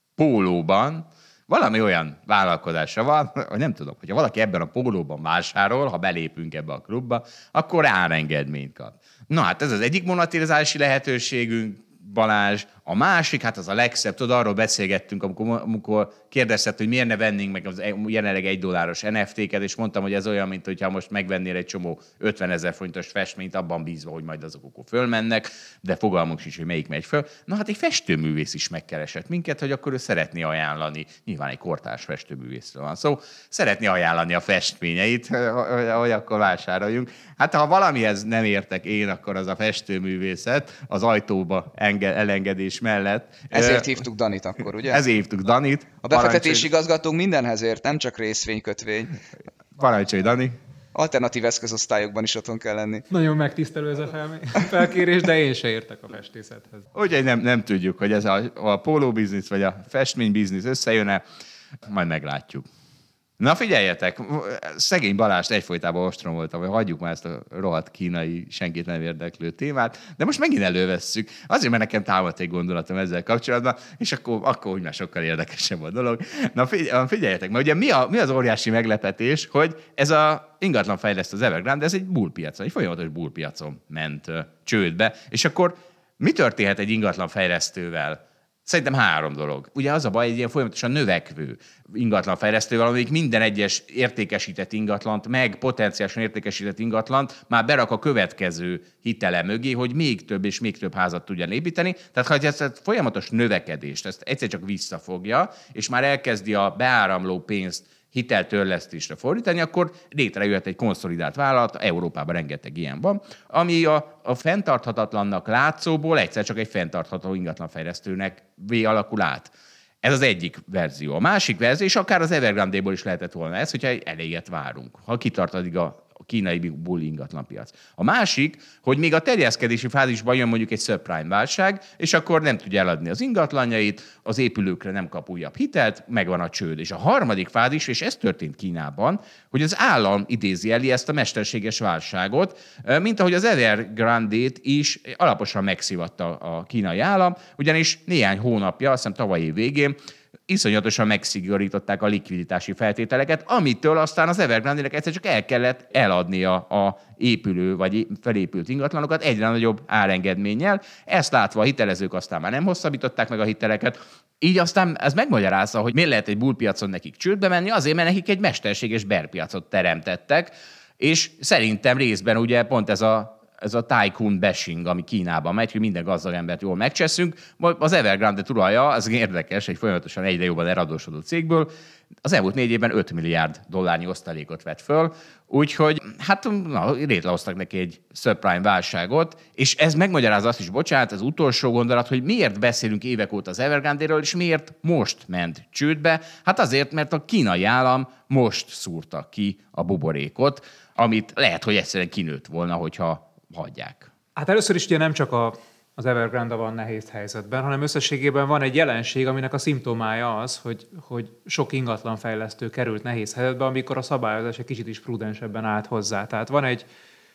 pólóban, valami olyan vállalkozásra van, hogy nem tudom, hogyha valaki ebben a pólóban vásárol, ha belépünk ebbe a klubba, akkor árengedményt kap. Na hát ez az egyik monetizálási lehetőségünk, Balázs. A másik, hát az a legszebb, tudod, arról beszélgettünk, amikor, amikor kérdezted, hogy miért ne vennénk meg az jelenleg egy dolláros en ef té-ket, és mondtam, hogy ez olyan, mint hogyha most megvennél egy csomó ötvenezer forintos festményt, abban bízva, hogy majd azok akkor fölmennek, de fogalmunk sincs, hogy melyik megy föl. Na hát egy festőművész is megkeresett minket, hogy akkor ő szeretné ajánlani, nyilván egy kortárs festőművészről van szó, szeretné ajánlani a festményeit, hogy akkor vásároljunk. Hát ha valamihez nem értek én, akkor az a festőművészet az ajtóba enge- elengedés mellett. Ezért hívtuk Danit akkor, ugye? Ezért hívtuk Danit. A befektetési igazgatónk mindenhez ért, nem csak részvénykötvény. Parancsolj, Dani. Alternatív eszközosztályokban is otthon kell lenni. Nagyon megtisztelő ez a felkérés, de én se értek a festészethez. Úgyhogy nem, nem tudjuk, hogy ez a, a póló biznisz vagy a festmény biznisz összejön-e, majd meglátjuk. Na figyeljetek, szegény Balást egyfolytában ostromoltam, hogy hagyjuk már ezt a rohadt kínai, senkit nem érdeklő témát, de most megint elővesszük. Azért, mert nekem támadt egy gondolatom ezzel kapcsolatban, és akkor, akkor úgy már sokkal érdekesebb a dolog. Na figyeljetek, mert ugye mi, a, mi az óriási meglepetés, hogy ez a ingatlanfejlesztő, az Evergrande, ez egy bullpiacon, egy folyamatos bullpiacon ment uh, csődbe, és akkor mi történhet egy ingatlanfejlesztővel? Szerintem három dolog. Ugye az a baj, egy ilyen folyamatosan növekvő ingatlanfejlesztővel, amelyik minden egyes értékesített ingatlant, meg potenciálisan értékesített ingatlant már berak a következő hitele mögé, hogy még több és még több házat tudjan építeni. Tehát ha ezt a folyamatos növekedést, ezt egyszer csak visszafogja, és már elkezdi a beáramló pénzt hiteltörlesztésre fordítani, akkor létrejöhet egy konszolidált vállalat, Európában rengeteg ilyen van, ami a, a fenntarthatatlannak látszóból egyszer csak egy fenntartható ingatlanfejlesztőnek vé alakul át. Ez az egyik verzió. A másik verzió, és akár az Evergrande-ból is lehetett volna ez, hogyha eléget várunk, ha kitart addig a a kínai bull ingatlanpiac. A másik, hogy még a terjeszkedési fázisban jön mondjuk egy subprime válság, és akkor nem tudja eladni az ingatlanjait, az épülőkre nem kap újabb hitelt, megvan a csőd. És a harmadik fázis, és ez történt Kínában, hogy az állam idézi elé ezt a mesterséges válságot, mint ahogy az Evergrande-t is alaposan megszivatta a kínai állam, ugyanis néhány hónapja, azt hiszem tavaly év végén, iszonyatosan megszigorították a likviditási feltételeket, amitől aztán az Evergrande-nek egyszer csak el kellett eladnia a épülő vagy felépült ingatlanokat egyre nagyobb árengedménnyel. Ezt látva a hitelezők aztán már nem hosszabbították meg a hiteleket. Így aztán ez megmagyarázza, hogy miért lehet egy bullpiacon nekik csődbe menni, azért, mert nekik egy mesterséges berpiacot teremtettek, és szerintem részben ugye pont ez a ez a tycoon bashing, ami Kínában megy, hogy minden gazdag embert jól megcseszünk. Az Evergrande tulaja, az érdekes, egy folyamatosan egyre jobban eladósodott cégből, az elmúlt négy évben öt milliárd dollárnyi osztalékot vett föl, úgyhogy hát na, létrehoztak neki egy subprime válságot, és ez megmagyarázza azt is, bocsánat, az utolsó gondolat, hogy miért beszélünk évek óta az Evergrande-ről, és miért most ment csődbe? Hát azért, mert a kínai állam most szúrta ki a buborékot, amit lehet, hogy egyszerűen kinőtt volna, hogyha hagyják. Hát először is ugye nem csak a, az Evergrande van nehéz helyzetben, hanem összességében van egy jelenség, aminek a szimptomája az, hogy, hogy sok ingatlanfejlesztő került nehéz helyzetbe, amikor a szabályozás egy kicsit is prudensebben állt hozzá. Tehát van egy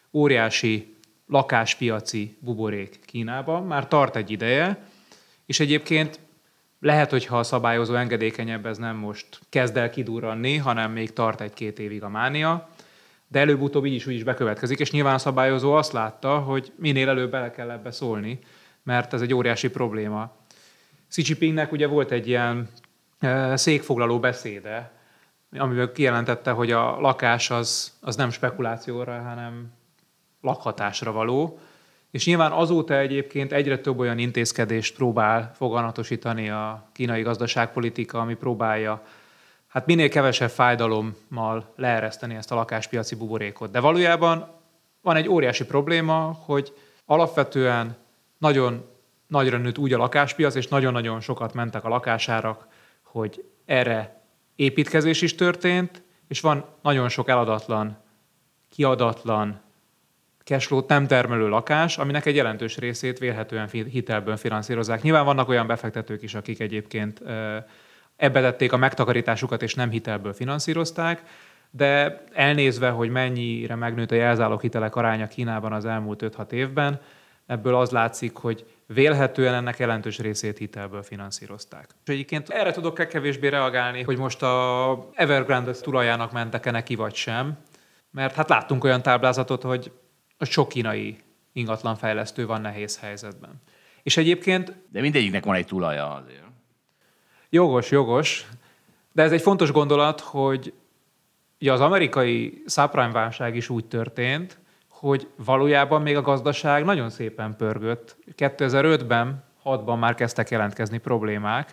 óriási lakáspiaci buborék Kínában, már tart egy ideje, és egyébként lehet, hogyha a szabályozó engedékenyebb, ez nem most kezd el kidurranni, hanem még tart egy-két évig a mánia, de előbb-utóbb így is úgy is bekövetkezik, és nyilván a szabályozó azt látta, hogy minél előbb bele kell ebbe szólni, mert ez egy óriási probléma. Xi Jinpingnek ugye volt egy ilyen e, székfoglaló beszéde, amivel kijelentette, hogy a lakás az, az nem spekulációra, hanem lakhatásra való, és nyilván azóta egyébként egyre több olyan intézkedést próbál foganatosítani a kínai gazdaságpolitika, ami próbálja hát minél kevesebb fájdalommal leereszteni ezt a lakáspiaci buborékot. De valójában van egy óriási probléma, hogy alapvetően nagyon nagyra nőtt úgy a lakáspiac, és nagyon-nagyon sokat mentek a lakásárak, hogy erre építkezés is történt, és van nagyon sok eladatlan, kiadatlan, cashflow-t nem termelő lakás, aminek egy jelentős részét vélhetően hitelből finanszírozzák. Nyilván vannak olyan befektetők is, akik egyébként ebbe tették a megtakarításukat, és nem hitelből finanszírozták, de elnézve, hogy mennyire megnőtt a jelzáloghitelek aránya Kínában az elmúlt öt-hat évben, ebből az látszik, hogy vélhetően ennek jelentős részét hitelből finanszírozták. És egyébként erre tudok kevésbé reagálni, hogy most a Evergrande tulajának mentek-e neki vagy sem, mert hát láttunk olyan táblázatot, hogy sok kínai ingatlanfejlesztő van nehéz helyzetben. És egyébként... De mindegyiknek van egy tulaja azért. Jogos, jogos. De ez egy fontos gondolat, hogy ugye az amerikai subprime-válság is úgy történt, hogy valójában még a gazdaság nagyon szépen pörgött. kétezer-ötben, hatban már kezdtek jelentkezni problémák,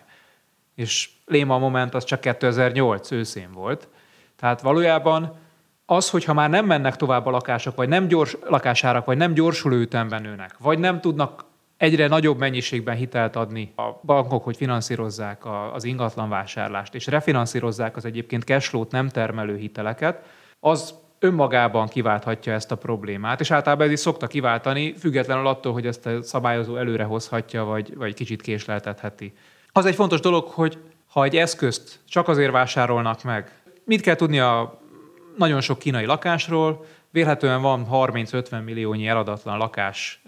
és Lehman Moment az csak kétezer-nyolc őszén volt. Tehát valójában az, hogyha már nem mennek tovább a lakások, vagy nem gyors lakásárak, vagy nem gyorsuló ütemben nőnek, vagy nem tudnak egyre nagyobb mennyiségben hitelt adni a bankok, hogy finanszírozzák az ingatlanvásárlást, és refinanszírozzák az egyébként cashflow-t nem termelő hiteleket, az önmagában kiválthatja ezt a problémát, és általában ez is szokta kiváltani, függetlenül attól, hogy ezt a szabályozó előre hozhatja, vagy, vagy kicsit késleltetheti. Az egy fontos dolog, hogy ha egy eszközt csak azért vásárolnak meg, mit kell tudni a nagyon sok kínai lakásról, vélhetően van harminc-ötven milliónyi eladatlan lakás,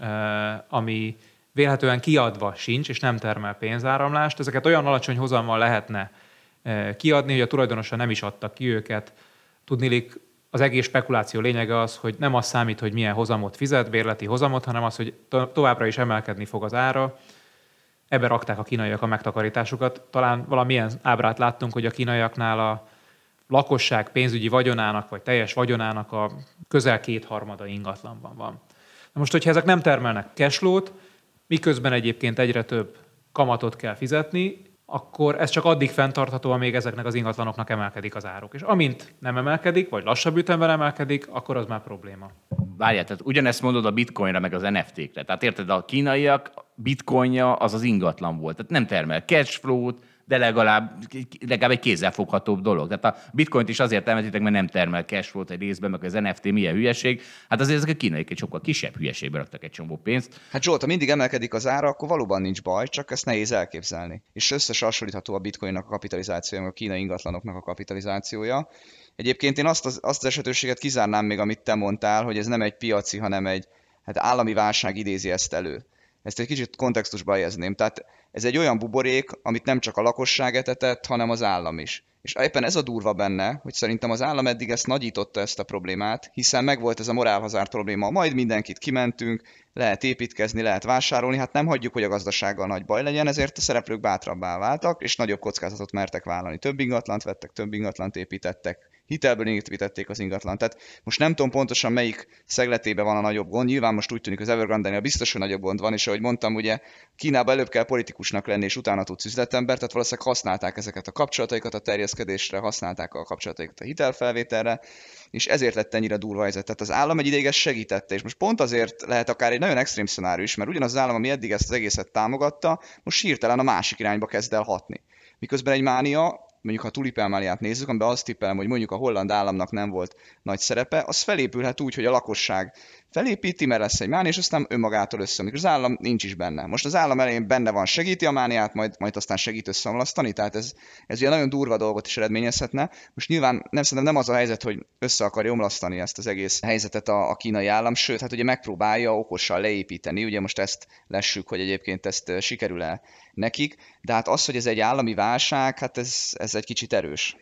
ami vélhetően kiadva sincs, és nem termel pénzáramlást. Ezeket olyan alacsony hozammal lehetne kiadni, hogy a tulajdonosa nem is adta ki őket. Tudniillik, az egész spekuláció lényege az, hogy nem az számít, hogy milyen hozamot fizet, bérleti hozamot, hanem az, hogy to- továbbra is emelkedni fog az ára. Ebbe rakták a kínaiak a megtakarításukat. Talán valamilyen ábrát láttunk, hogy a kínaiaknál a lakosság pénzügyi vagyonának, vagy teljes vagyonának a közel kétharmada ingatlanban van. Na most, hogyha ezek nem termelnek cashflow-t, miközben egyébként egyre több kamatot kell fizetni, akkor ez csak addig fenntartható, amíg ezeknek az ingatlanoknak emelkedik az áruk. És amint nem emelkedik, vagy lassabb ütemben emelkedik, akkor az már probléma. Várjál, tehát ugyanezt mondod a bitcoinra, meg az en ef té-kre. Tehát érted, a kínaiak bitcoinja az az ingatlan volt. Tehát nem termel cashflow-t, de legalább, legalább egy kézzelfoghatóbb dolog. Tehát a bitcoint is azért említitek, mert nem termel cashflow-t egy részben, meg az en ef té milyen hülyeség. Hát azért ezek a kínaiak egy sokkal kisebb hülyeségbe raktak egy csomó pénzt. Hát Zsolt, ha mindig emelkedik az ára, akkor valóban nincs baj, csak ezt nehéz elképzelni. És összehasonlítható a bitcoinnak a kapitalizációja, meg a kínai ingatlanoknak a kapitalizációja. Egyébként én azt az, azt az esetőséget kizárnám még, amit te mondtál, hogy ez nem egy piaci, hanem egy hát állami válság idézi ezt elő. Ezt egy kicsit kontextusba helyezném. Tehát ez egy olyan buborék, amit nem csak a lakosság etetett, hanem az állam is. És éppen ez a durva benne, hogy szerintem az állam eddig ezt nagyította ezt a problémát, hiszen megvolt ez a morálhazárd probléma, majd mindenkit kimentünk, lehet építkezni, lehet vásárolni, hát nem hagyjuk, hogy a gazdasággal nagy baj legyen, ezért a szereplők bátrabbá váltak, és nagyobb kockázatot mertek vállalni. Több ingatlant vettek, több ingatlant építettek, hitelből építették az ingatlant. Tehát most nem tudom pontosan melyik szegletében van a nagyobb gond. Nyilván most úgy tűnik, az Evergrande-nél biztos, hogy nagyobb gond van, és ahogy mondtam, ugye Kínában előbb kell politikusnak lenni, és utána tudsz üzletember, tehát valószínűleg használták ezeket a kapcsolataikat a terjeszkedésre, használták a kapcsolataikat a hitelfelvételre, és ezért lett ennyire durva helyzet. Tehát az állam egy ideig ezt segítette, és most pont azért lehet akár egy nagyon extrém szenárió is, mert ugyanaz az állam, ami eddig ezt az egészet támogatta, most hirtelen a másik irányba kezd el hatni. Miközben egy mánia, mondjuk ha tulipelmániát nézzük, amiben azt tippelem, hogy mondjuk a holland államnak nem volt nagy szerepe, az felépülhet úgy, hogy a lakosság felépíti, mert lesz egy mánia, és aztán önmagától összeomlik. Az állam nincs is benne. Most az állam elején benne van, segíti a mániát, majd, majd aztán segít összeomlasztani, tehát ez, ez ugye nagyon durva dolgot is eredményezhetne. Most nyilván nem, szerintem nem az a helyzet, hogy össze akarja omlasztani ezt az egész helyzetet a, a kínai állam, sőt, hát ugye megpróbálja okosan leépíteni, ugye most ezt lessük, hogy egyébként ezt sikerül-e nekik, de hát az, hogy ez egy állami válság, hát ez, ez egy kicsit erős.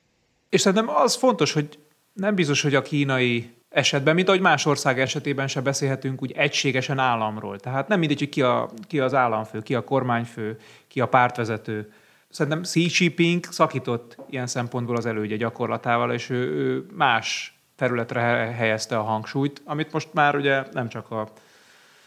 És szerintem az fontos, hogy nem biztos, hogy a kínai esetben, mint ahogy más ország esetében se beszélhetünk úgy egységesen államról. Tehát nem mindegy, hogy ki, a, ki az államfő, ki a kormányfő, ki a pártvezető. Szerintem Xi Jinping szakított ilyen szempontból az elődje gyakorlatával, és ő, ő más területre helyezte a hangsúlyt, amit most már ugye nem csak a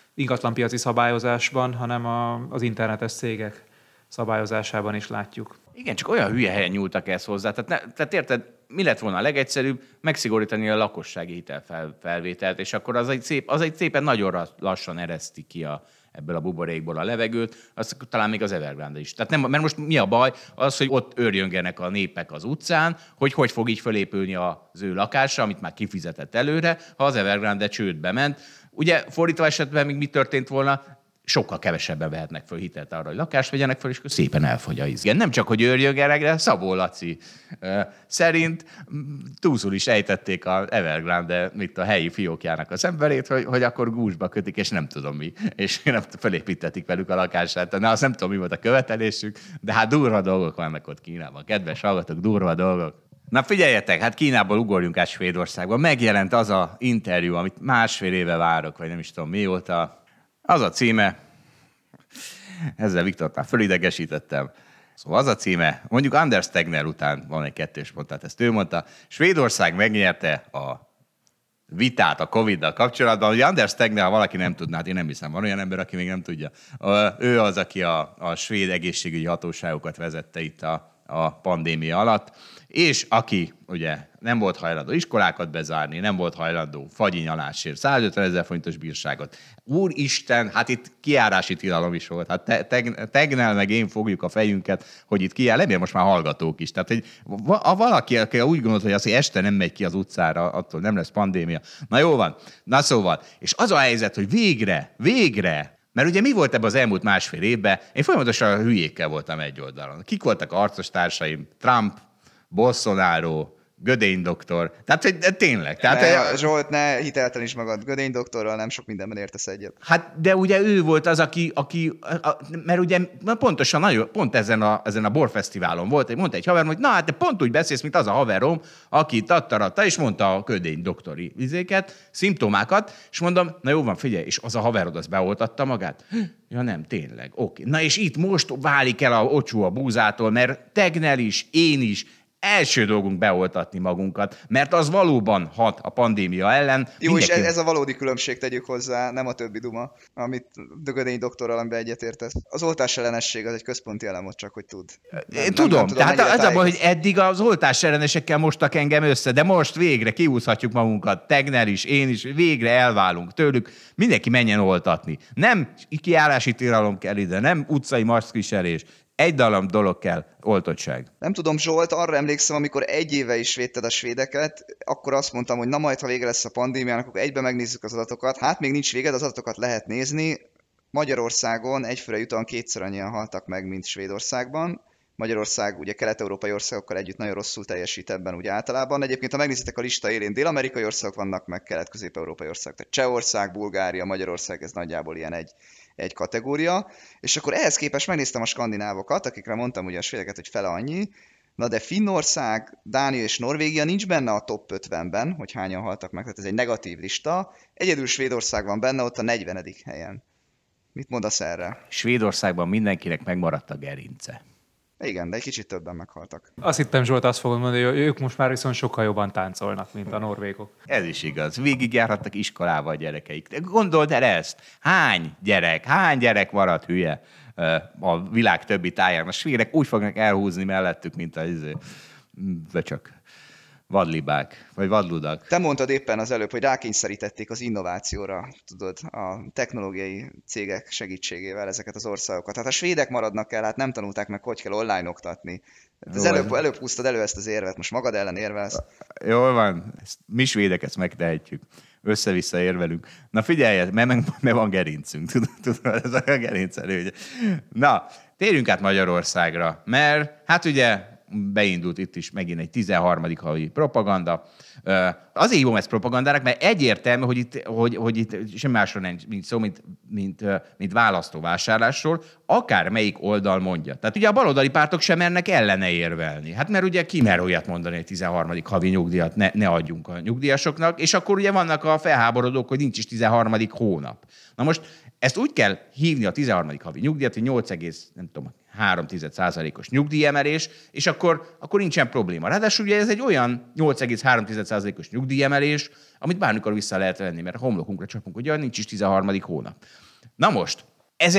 ingatlanpiaci szabályozásban, hanem a, az internetes cégek szabályozásában is látjuk. Igen, csak olyan hülye helyen nyúltak ezt hozzá. Tehát, ne, tehát érted, mi lett volna a legegyszerűbb? Megszigorítani a lakossági hitelfelvételt, és akkor az egy, szép, az egy szépen nagyon lassan ereszti ki a, ebből a buborékból a levegőt, azt talán még az Evergrande is. Tehát nem, mert most mi a baj? Az, hogy ott őrjöngenek a népek az utcán, hogy hogy fog így fölépülni az ő lakása, amit már kifizetett előre, ha az Evergrande csődbe ment. Ugye fordítva esetben még mi történt volna? Sokkal kevesebben vehetnek föl hitelt arra, hogy lakást vegyenek föl, és szépen elfogy a íz. Igen, nem csak, hogy őrjögerek, de Szabó Laci uh, szerint túlszul is ejtették az Evergrande, mit a helyi fiókjának az emberét, hogy, hogy akkor gúzsba kötik, és nem tudom mi, és nem felépítetik velük a lakását. Na, azt nem tudom, mi volt a követelésük, de hát durva dolgok vannak ott Kínában. Kedves hallgatók, durva dolgok. Na figyeljetek, hát Kínából ugorjunk át Svédországba. Megjelent az a interjú, amit másfél éve várok, vagy nem is tudom mióta. Az a címe, ezzel Viktort már fölidegesítettem, szóval az a címe, mondjuk Anders Tegnell után van egy kettős pont, tehát ezt ő mondta, Svédország megnyerte a vitát a Coviddal kapcsolatban. Ugye Anders Tegnell, ha valaki nem tudná, hát én nem hiszem, van olyan ember, aki még nem tudja. Ő az, aki a, a svéd egészségügyi hatóságokat vezette itt a, a pandémia alatt, és aki ugye nem volt hajlandó iskolákat bezárni, nem volt hajlandó fagyinalásért százötven ezer forintos bírságot. Úristen, hát itt kijárási tilalom is volt. Hát te, te, Tegnell meg én fogjuk a fejünket, hogy itt kijár, nem most már hallgatók is. Tehát, hogy a valaki, aki úgy gondolt, hogy az, hogy este nem megy ki az utcára, attól nem lesz pandémia. Na jó van. Na szóval. És az a helyzet, hogy végre, végre, mert ugye mi volt ebben az elmúlt másfél évben? Én folyamatosan a hülyékkel voltam egy oldalon. Kik voltak a arcos társaim? Trump, Bolsonaro, Gödény doktor. Tehát, hogy tényleg. Tehát, ne, Zsolt, ne hitelteleníts magad. Gödény doktorral nem sok mindenben értesz egyet. Hát, de ugye ő volt az, aki, aki a, mert ugye pontosan, nagyon, pont ezen a, ezen a borfesztiválon volt, mondta egy haverom, hogy na hát te pont úgy beszélsz, mint az a haverom, aki tattaratta, és mondta a Gödény doktori vizéket, szimptomákat, és mondom, na jó van, figyelj, és az a haverod, az beoltatta magát? Ja nem, tényleg, oké. Na és itt most válik el a ocsú a búzától, mert Tegnell is, én is, első dolgunk beoltatni magunkat, mert az valóban hat a pandémia ellen. Jó, mindenki... és ez, ez a valódi különbség, tegyük hozzá, nem a többi duma, amit Gödény doktorral, amiben egyetértesz. Az oltás ellenesség az egy központi elem, csak hogy tud. Nem, Én tudom, nem, nem tudom tehát az a baj, hogy eddig az oltás ellenesekkel mostak engem össze, de most végre kiúszhatjuk magunkat, Tegnell is, én is, végre elválunk tőlük, mindenki menjen oltatni. Nem kijárási tilalom kell ide, nem utcai maszkviselés. Egy dalam dolog kell, oltottság. Nem tudom, Zsolt, arra emlékszem, amikor egy éve is védted a svédeket, akkor azt mondtam, hogy na majd, ha vége lesz a pandémiának, akkor egybe megnézzük az adatokat. Hát még nincs vége, de az adatokat lehet nézni. Magyarországon egyfőre jutóan kétszer annyian haltak meg, mint Svédországban. Magyarország ugye kelet-európai országokkal együtt nagyon rosszul teljesít ebben úgy általában. Egyébként, ha megnézitek a lista élén, dél-amerikai országok vannak, meg kelet-közép-európai országok. Tehát Csehország, Bulgária, Magyarország, ez nagyjából ilyen egy, egy kategória. És akkor ehhez képest megnéztem a skandinávokat, akikre mondtam ugye a svédeket, hogy fele annyi. Na de Finnország, Dánia és Norvégia nincs benne a top ötvenben, hogy hányan haltak meg, tehát ez egy negatív lista. Egyedül Svédország van benne, ott a negyvenedik helyen. Mit mondasz erre? Svédországban mindenkinek megmaradt a gerince. Igen, de egy kicsit többen meghaltak. Azt hittem, Zsolt, azt fogom mondani, hogy ők most már viszont sokkal jobban táncolnak, mint a norvégok. Ez is igaz. Végigjárhattak iskolába a gyerekeik. De gondold el ezt. Hány gyerek, hány gyerek maradt hülye a világ többi táján? A svédek úgy fognak elhúzni mellettük, mint az de csak vadlibák, vagy vadludak. Te mondtad éppen az előbb, hogy rákényszerítették az innovációra, tudod, a technológiai cégek segítségével ezeket az országokat. Hát a svédek maradnak el, hát nem tanulták meg, hogy kell online oktatni. Az előbb, előbb húztad elő ezt az érvet, most magad ellen érvelsz. Jól van, ezt, mi svédek ezt megtehetjük. Össze-vissza érvelünk. Na figyelj, mert, mert van gerincünk, tudod, tudod, ez a gerinc előny. Na, térjünk át Magyarországra, mert hát ugye beindult itt is megint egy tizenharmadik havi propaganda. Azért hívom ezt propagandának, mert egyértelmű, hogy itt, hogy, hogy itt semmi másról nincs mint szó, mint, mint, mint választóvásárlásról, akár melyik oldal mondja. Tehát ugye a baloldali pártok sem mernek ellene érvelni. Hát mert ugye ki mer olyat mondani, hogy tizenharmadik havi nyugdíjat ne, ne adjunk a nyugdíjasoknak, és akkor ugye vannak a felháborodók, hogy nincs is tizenharmadik hónap. Na most ezt úgy kell hívni a tizenharmadik havi nyugdíjat, hogy nyolc egész három százalékos nyugdíjemelés, és akkor, akkor nincsen probléma. Ráadásul ugye ez egy olyan nyolc egész három százalékos nyugdíjemelés, amit bármikor vissza lehet venni, mert a homlokunkra csapunk, hogy nincs is tizenharmadik hónap. Na most, ez egy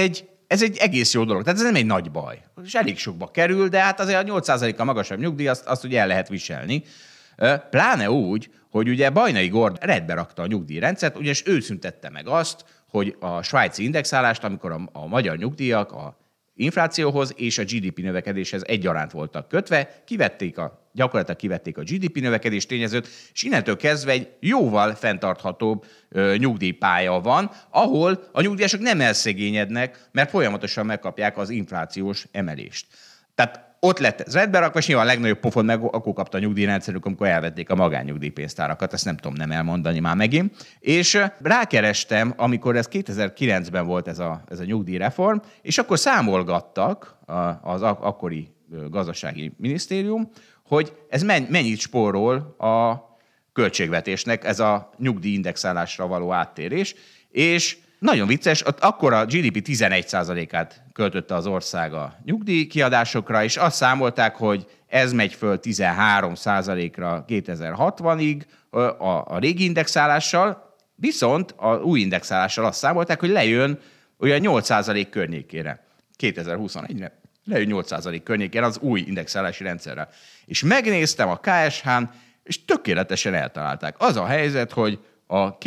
ez egy egész jó dolog. Tehát ez nem egy nagy baj. És elég sokba kerül, de hát azért a nyolc százalékkal magasabb nyugdíj, azt, azt ugye el lehet viselni. Pláne úgy, hogy ugye Bajnai Gord redbe rakta a nyugdíjrendszert, ugyanis ő szüntette meg azt, hogy a svájci indexálást, amikor a, a magyar nyugdíjak a inflációhoz és a gé dé pé növekedéshez egyaránt voltak kötve, kivették a, gyakorlatilag kivették a gé dé pé növekedés tényezőt, és innentől kezdve egy jóval fenntarthatóbb ö, nyugdíjpálya van, ahol a nyugdíjasok nem elszegényednek, mert folyamatosan megkapják az inflációs emelést. Tehát ott lett ez rendbe rakva, és nyilván a legnagyobb pofon meg akkor kapta a nyugdíjrendszerük, amikor elvették a magánnyugdíjpénztárakat, ezt nem tudom nem elmondani már megint. És rákerestem, amikor ez kétezer-kilencben volt ez a, ez a nyugdíjreform, és akkor számolgattak az akkori gazdasági minisztérium, hogy ez mennyit spórol a költségvetésnek ez a nyugdíjindexálásra való áttérés, és nagyon vicces, ott akkor a gé dé pé tizenegy százalékát költötte az ország a nyugdíjkiadásokra, és azt számolták, hogy ez megy föl tizenhárom százalékra kétezer-hatvanig a, a régi indexálással, viszont az új indexálással azt számolták, hogy lejön olyan nyolc százalék környékére. kétezer-huszonegyre lejön nyolc százalék környékére az új indexálási rendszerre. És megnéztem a ká es hán, és tökéletesen eltalálták. Az a helyzet, hogy a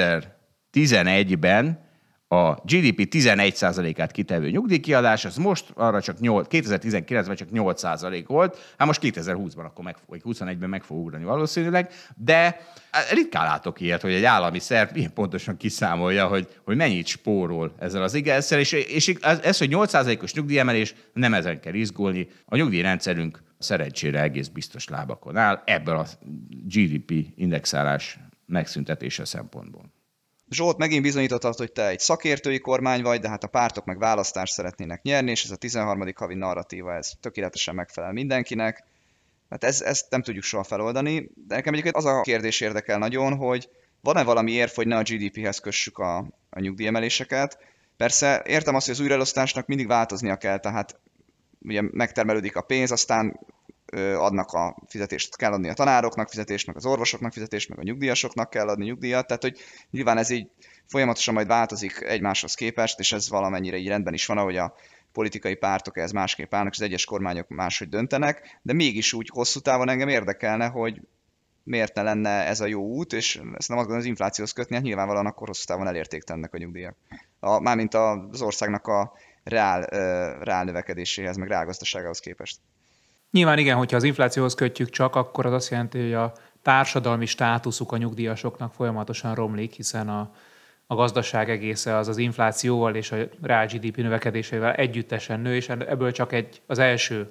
kétezer-tizenegyben a gé dé pé tizenegy százalékát kitevő nyugdíjkiadás, az most arra csak nyolc, kétezer-tizenkilencben csak nyolc százalék volt, hát most kétezer-húszban, akkor meg, vagy huszonegyben meg fog ugrani valószínűleg, de ritkán látok ilyet, hogy egy állami szerv ilyen pontosan kiszámolja, hogy, hogy mennyit spórol ezzel az igazszer, és, és ez, hogy nyolc százalékos nyugdíjemelés, nem ezen kell izgulni, a nyugdíjrendszerünk szerencsére egész biztos lábakon áll, ebből a gé dé pé indexálás megszüntetése szempontból. Zsolt, megint bizonyítottad, hogy te egy szakértői kormány vagy, de hát a pártok meg választást szeretnének nyerni, és ez a tizenharmadik havi narratíva, ez tökéletesen megfelel mindenkinek. Hát ez, ezt nem tudjuk soha feloldani, de nekem egyébként az a kérdés érdekel nagyon, hogy van-e valami érv, hogy ne a gé dé péhez kössük a, a nyugdíjemeléseket. Persze értem azt, hogy az újraelosztásnak mindig változnia kell, tehát ugye megtermelődik a pénz, aztán adnak a fizetést, kell adni a tanároknak fizetést, meg az orvosoknak fizetést, meg a nyugdíjasoknak kell adni nyugdíjat, tehát hogy nyilván ez így folyamatosan majd változik egymáshoz képest, és ez valamennyire így rendben is van, ahogy a politikai pártok ez másképp állnak, és az egyes kormányok máshogy döntenek, de mégis úgy hosszú távon engem érdekelne, hogy miért ne lenne ez a jó út, és ezt nem azt gondolom, az inflációhoz kötni, hát nyilvánvalóan akkor hosszú távon elérték tennek a nyugdíjak. A, mármint az országnak a reál, reál növekedéséhez, meg reál gazdaságához képest. Nyilván igen, hogyha az inflációhoz kötjük csak, akkor az azt jelenti, hogy a társadalmi státuszuk a nyugdíjasoknak folyamatosan romlik, hiszen a, a gazdaság egésze az az inflációval és a reál gé dé pé növekedésével együttesen nő, és ebből csak egy, az első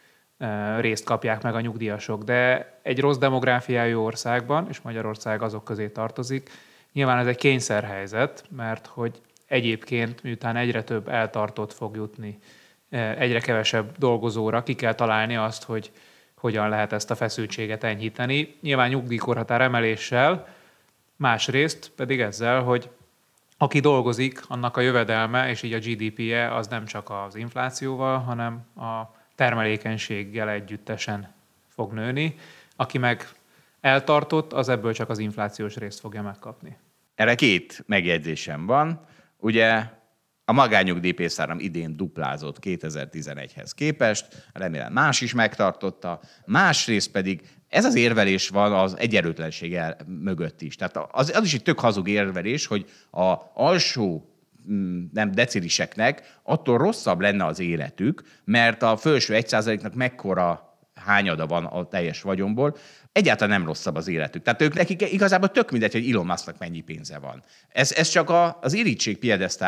e, részt kapják meg a nyugdíjasok. De egy rossz demográfiájú országban, és Magyarország azok közé tartozik, nyilván ez egy kényszerhelyzet, mert hogy egyébként miután egyre több eltartott fog jutni, egyre kevesebb dolgozóra, ki kell találni azt, hogy hogyan lehet ezt a feszültséget enyhíteni. Nyilván nyugdíjkorhatár emeléssel, másrészt pedig ezzel, hogy aki dolgozik, annak a jövedelme, és így a gé dé péje az nem csak az inflációval, hanem a termelékenységgel együttesen fog nőni. Aki meg eltartott, az ebből csak az inflációs részt fogja megkapni. Erre két megjegyzésem van. Ugye a magánnyugdíjpénztáram idén duplázott kétezer-tizenegyhez képest, remélem más is megtartotta. Másrészt pedig ez az érvelés van az egyenlőtlenség el, mögött is. Tehát az, az is egy tök hazug érvelés, hogy az alsó nem deciliseknek attól rosszabb lenne az életük, mert a felső egy százaléknak mekkora hányada van a teljes vagyonból, egyáltalán nem rosszabb az életük. Tehát ők nekik igazából tök mindegy, hogy Elon Musknak mennyi pénze van. Ez, ez csak a, az irítség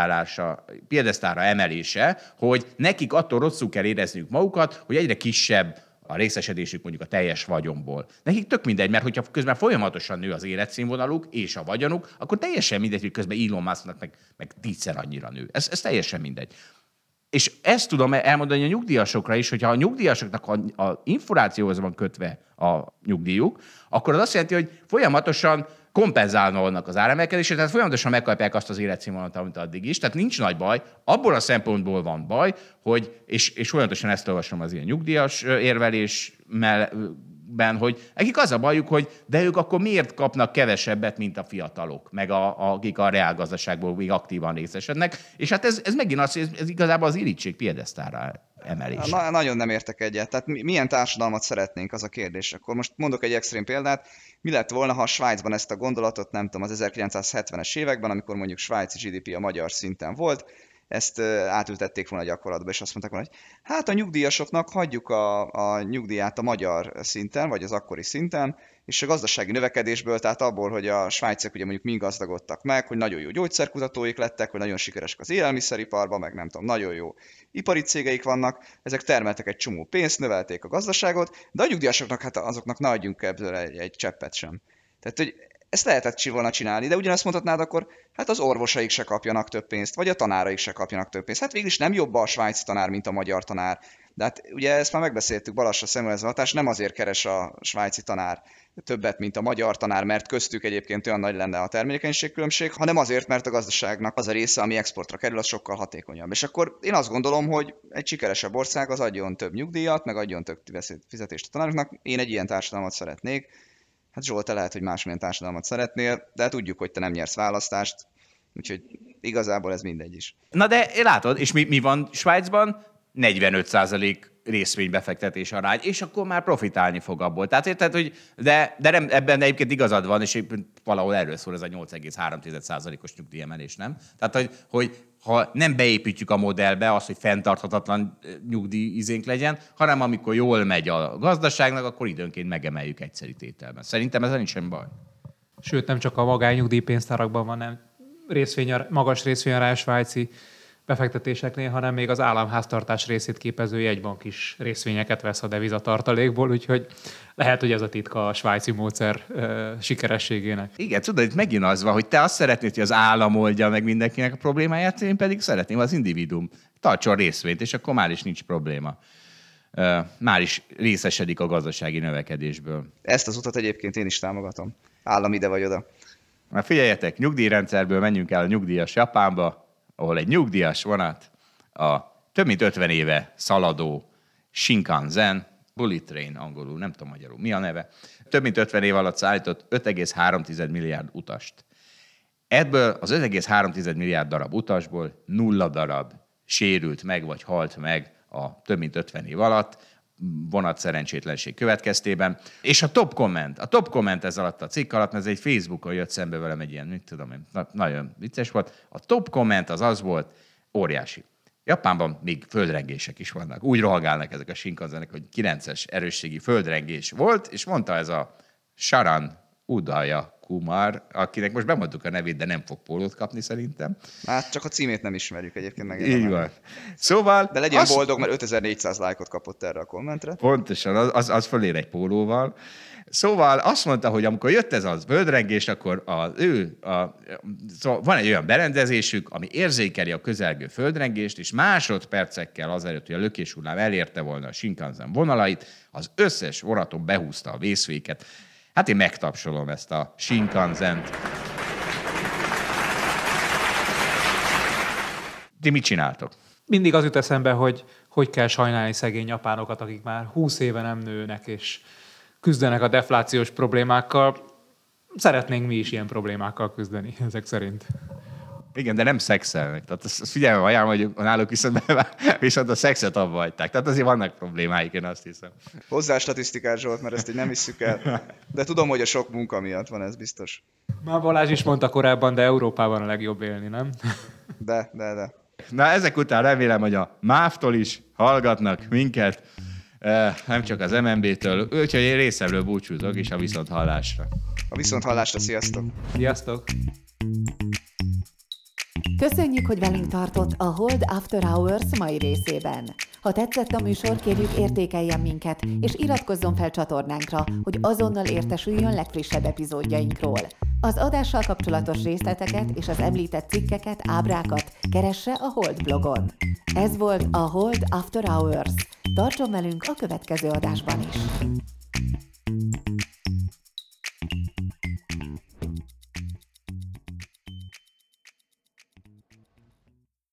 piedesztára emelése, hogy nekik attól rosszul kell érezniük magukat, hogy egyre kisebb a részesedésük mondjuk a teljes vagyonból. Nekik tök mindegy, mert hogyha közben folyamatosan nő az életszínvonaluk és a vagyonuk, akkor teljesen mindegy, hogy közben Elon Musknak meg, meg tízszer annyira nő. Ez, ez teljesen mindegy. És ezt tudom elmondani a nyugdíjasokra is, hogyha a nyugdíjasoknak a, a inflációhoz van kötve a nyugdíjuk, akkor az azt jelenti, hogy folyamatosan kompenzálnak az áremelkedését, tehát folyamatosan megkapják azt az életszínvonalat, amit addig is. Tehát nincs nagy baj. Abból a szempontból van baj, hogy, és, és folyamatosan ezt olvasom az ilyen nyugdíjas érvelés ben, hogy nekik az a bajuk, hogy de ők akkor miért kapnak kevesebbet, mint a fiatalok, meg a, akik a reálgazdaságból még aktívan részesednek. És hát ez, ez megint az, ez, ez igazából az irítség piedesztára emelés. Na, nagyon nem értek egyet. Tehát milyen társadalmat szeretnénk, az a kérdés. Akkor most mondok egy extrém példát. Mi lett volna, ha Svájcban ezt a gondolatot, nem tudom, az ezerkilencszázhetvenes években, amikor mondjuk svájci gé dé pé a magyar szinten volt, ezt átültették volna a gyakorlatba, és azt mondták volna, hogy hát a nyugdíjasoknak hagyjuk a, a nyugdíját a magyar szinten, vagy az akkori szinten, és a gazdasági növekedésből, tehát abból, hogy a svájciak ugye mondjuk mind gazdagodtak meg, hogy nagyon jó gyógyszerkutatóik lettek, hogy nagyon sikeresek az élelmiszeriparban, meg nem tudom, nagyon jó ipari cégeik vannak, ezek termeltek egy csomó pénzt, növelték a gazdaságot, de a nyugdíjasoknak, hát azoknak ne adjunk ebből egy, egy cseppet sem. Tehát, hogy ezt lehetett volna csinálni, de ugyanazt mondhatnád akkor, hát az orvosaik se kapjanak több pénzt, vagy a tanáraik se kapjanak több pénzt. Hát végül is nem jobb a svájci tanár, mint a magyar tanár. De hát ugye ezt már megbeszéltük, Balassa szemüveghatás, nem azért keres a svájci tanár többet, mint a magyar tanár, mert köztük egyébként olyan nagy lenne a termelékenységkülönbség, hanem azért, mert a gazdaságnak az a része, ami exportra kerül, az sokkal hatékonyabb. És akkor én azt gondolom, hogy egy sikeresebb ország az adjon több nyugdíjat, meg adjon több fizetést a tanároknak. Én egy ilyen társadalmat szeretnék. Hát Zsolt, te lehet, hogy másmilyen társadalmat szeretnél, de hát tudjuk, hogy te nem nyersz választást, úgyhogy igazából ez mindegy is. Na de látod, és mi, mi van Svájcban? negyvenöt százalék részvénybefektetés arány, és akkor már profitálni fog abból. Tehát érted, hogy de, de nem, ebben egyébként igazad van, és valahol erről szól ez a nyolc egész három százalékos nyugdíjemelés, nem? Tehát, hogy, hogy ha nem beépítjük a modellbe azt, hogy fenntarthatatlan nyugdíjizénk legyen, hanem amikor jól megy a gazdaságnak, akkor időnként megemeljük egyszeri tételben. Szerintem ezzel nincs sem baj. Sőt, nem csak a magánnyugdíjpénztárakban van, nem részvény, magas részvényarányú svájci befektetéseknél, hanem még az államháztartás részét képező jegybank is részvényeket vesz a devizatartalékból, úgyhogy lehet, hogy ez a titka a svájci módszer ö, sikerességének. Igen, tudod, itt megint az van, hogy te azt szeretnéd, hogy az állam oldja meg mindenkinek a problémáját, én pedig szeretném az individuum. Tartson részvényt, és akkor már is nincs probléma. Uh, már is részesedik a gazdasági növekedésből. Ezt az utat egyébként én is támogatom. Állam ide vagy oda. Már figyeljetek, nyugdíjrendszerből menjünk el a nyugdíjas Japánba, ahol egy nyugdíjas vonat a több mint ötven éve szaladó Shinkansen, Bullet Train angolul, nem tudom magyarul, mi a neve, több mint ötven év alatt szállított öt egész három milliárd utast. Ebből az öt egész három milliárd darab utasból nulla darab sérült meg, vagy halt meg a több mint ötven év alatt, vonat szerencsétlenség következtében. És a top comment, a top comment ez alatt a cikk alatt, mert ez egy Facebookon jött szembe velem egy ilyen, mit tudom én, na, nagyon vicces volt. A top comment az az volt, óriási. Japánban még földrengések is vannak. Úgy rohagálnak ezek a Shinkansenek, hogy kilences erősségi földrengés volt, és mondta ez a Sharan Udaya Kumar, akinek most bemondtuk a nevét, de nem fog pólót kapni szerintem. Hát csak a címét nem ismerjük egyébként meg. Így van. Szóval... De legyen az... boldog, mert ötezer-négyszáz lájkot kapott erre a kommentre. Pontosan, az, az, az fölér egy pólóval. Szóval azt mondta, hogy amikor jött ez az földrengés, akkor az ő, a, szóval van egy olyan berendezésük, ami érzékeli a közelgő földrengést, és másodpercekkel azelőtt, hogy a lökéshullám elérte volna a Shinkansen vonalait, az összes vonaton behúzta a vészféket. Hát én megtapsolom ezt a Shinkansent. Ti mit csináltok? Mindig az jut eszembe, hogy hogy kell sajnálni szegény japánokat, akik már húsz éve nem nőnek, és küzdenek a deflációs problémákkal. Szeretnénk mi is ilyen problémákkal küzdeni, ezek szerint. Igen, de nem szexelnek. Tehát azt figyelme ajánlom, hogy náluk viszont, viszont a szexet abba hagyták. Tehát azért vannak problémáik, én azt hiszem. Hozzá statisztikát, Zsolt, mert ezt így nem hisszük el. De tudom, hogy a sok munka miatt van, ez biztos. Már Balázs is mondta korábban, de Európában a legjobb élni, nem? De, de, de. Na, ezek után remélem, hogy a máv-tól is hallgatnak minket, nem csak az em en bé-től, úgyhogy én részemről búcsúzok, és a viszonthallásra. A viszonthallásra, sziasztok! Sziasztok! Köszönjük, hogy velünk tartott a Hold After Hours mai részében. Ha tetszett a műsor, kérjük értékeljen minket, és iratkozzon fel csatornánkra, hogy azonnal értesüljön legfrissebb epizódjainkról. Az adással kapcsolatos részleteket és az említett cikkeket, ábrákat keresse a Hold blogon. Ez volt a Hold After Hours. Tartson velünk a következő adásban is!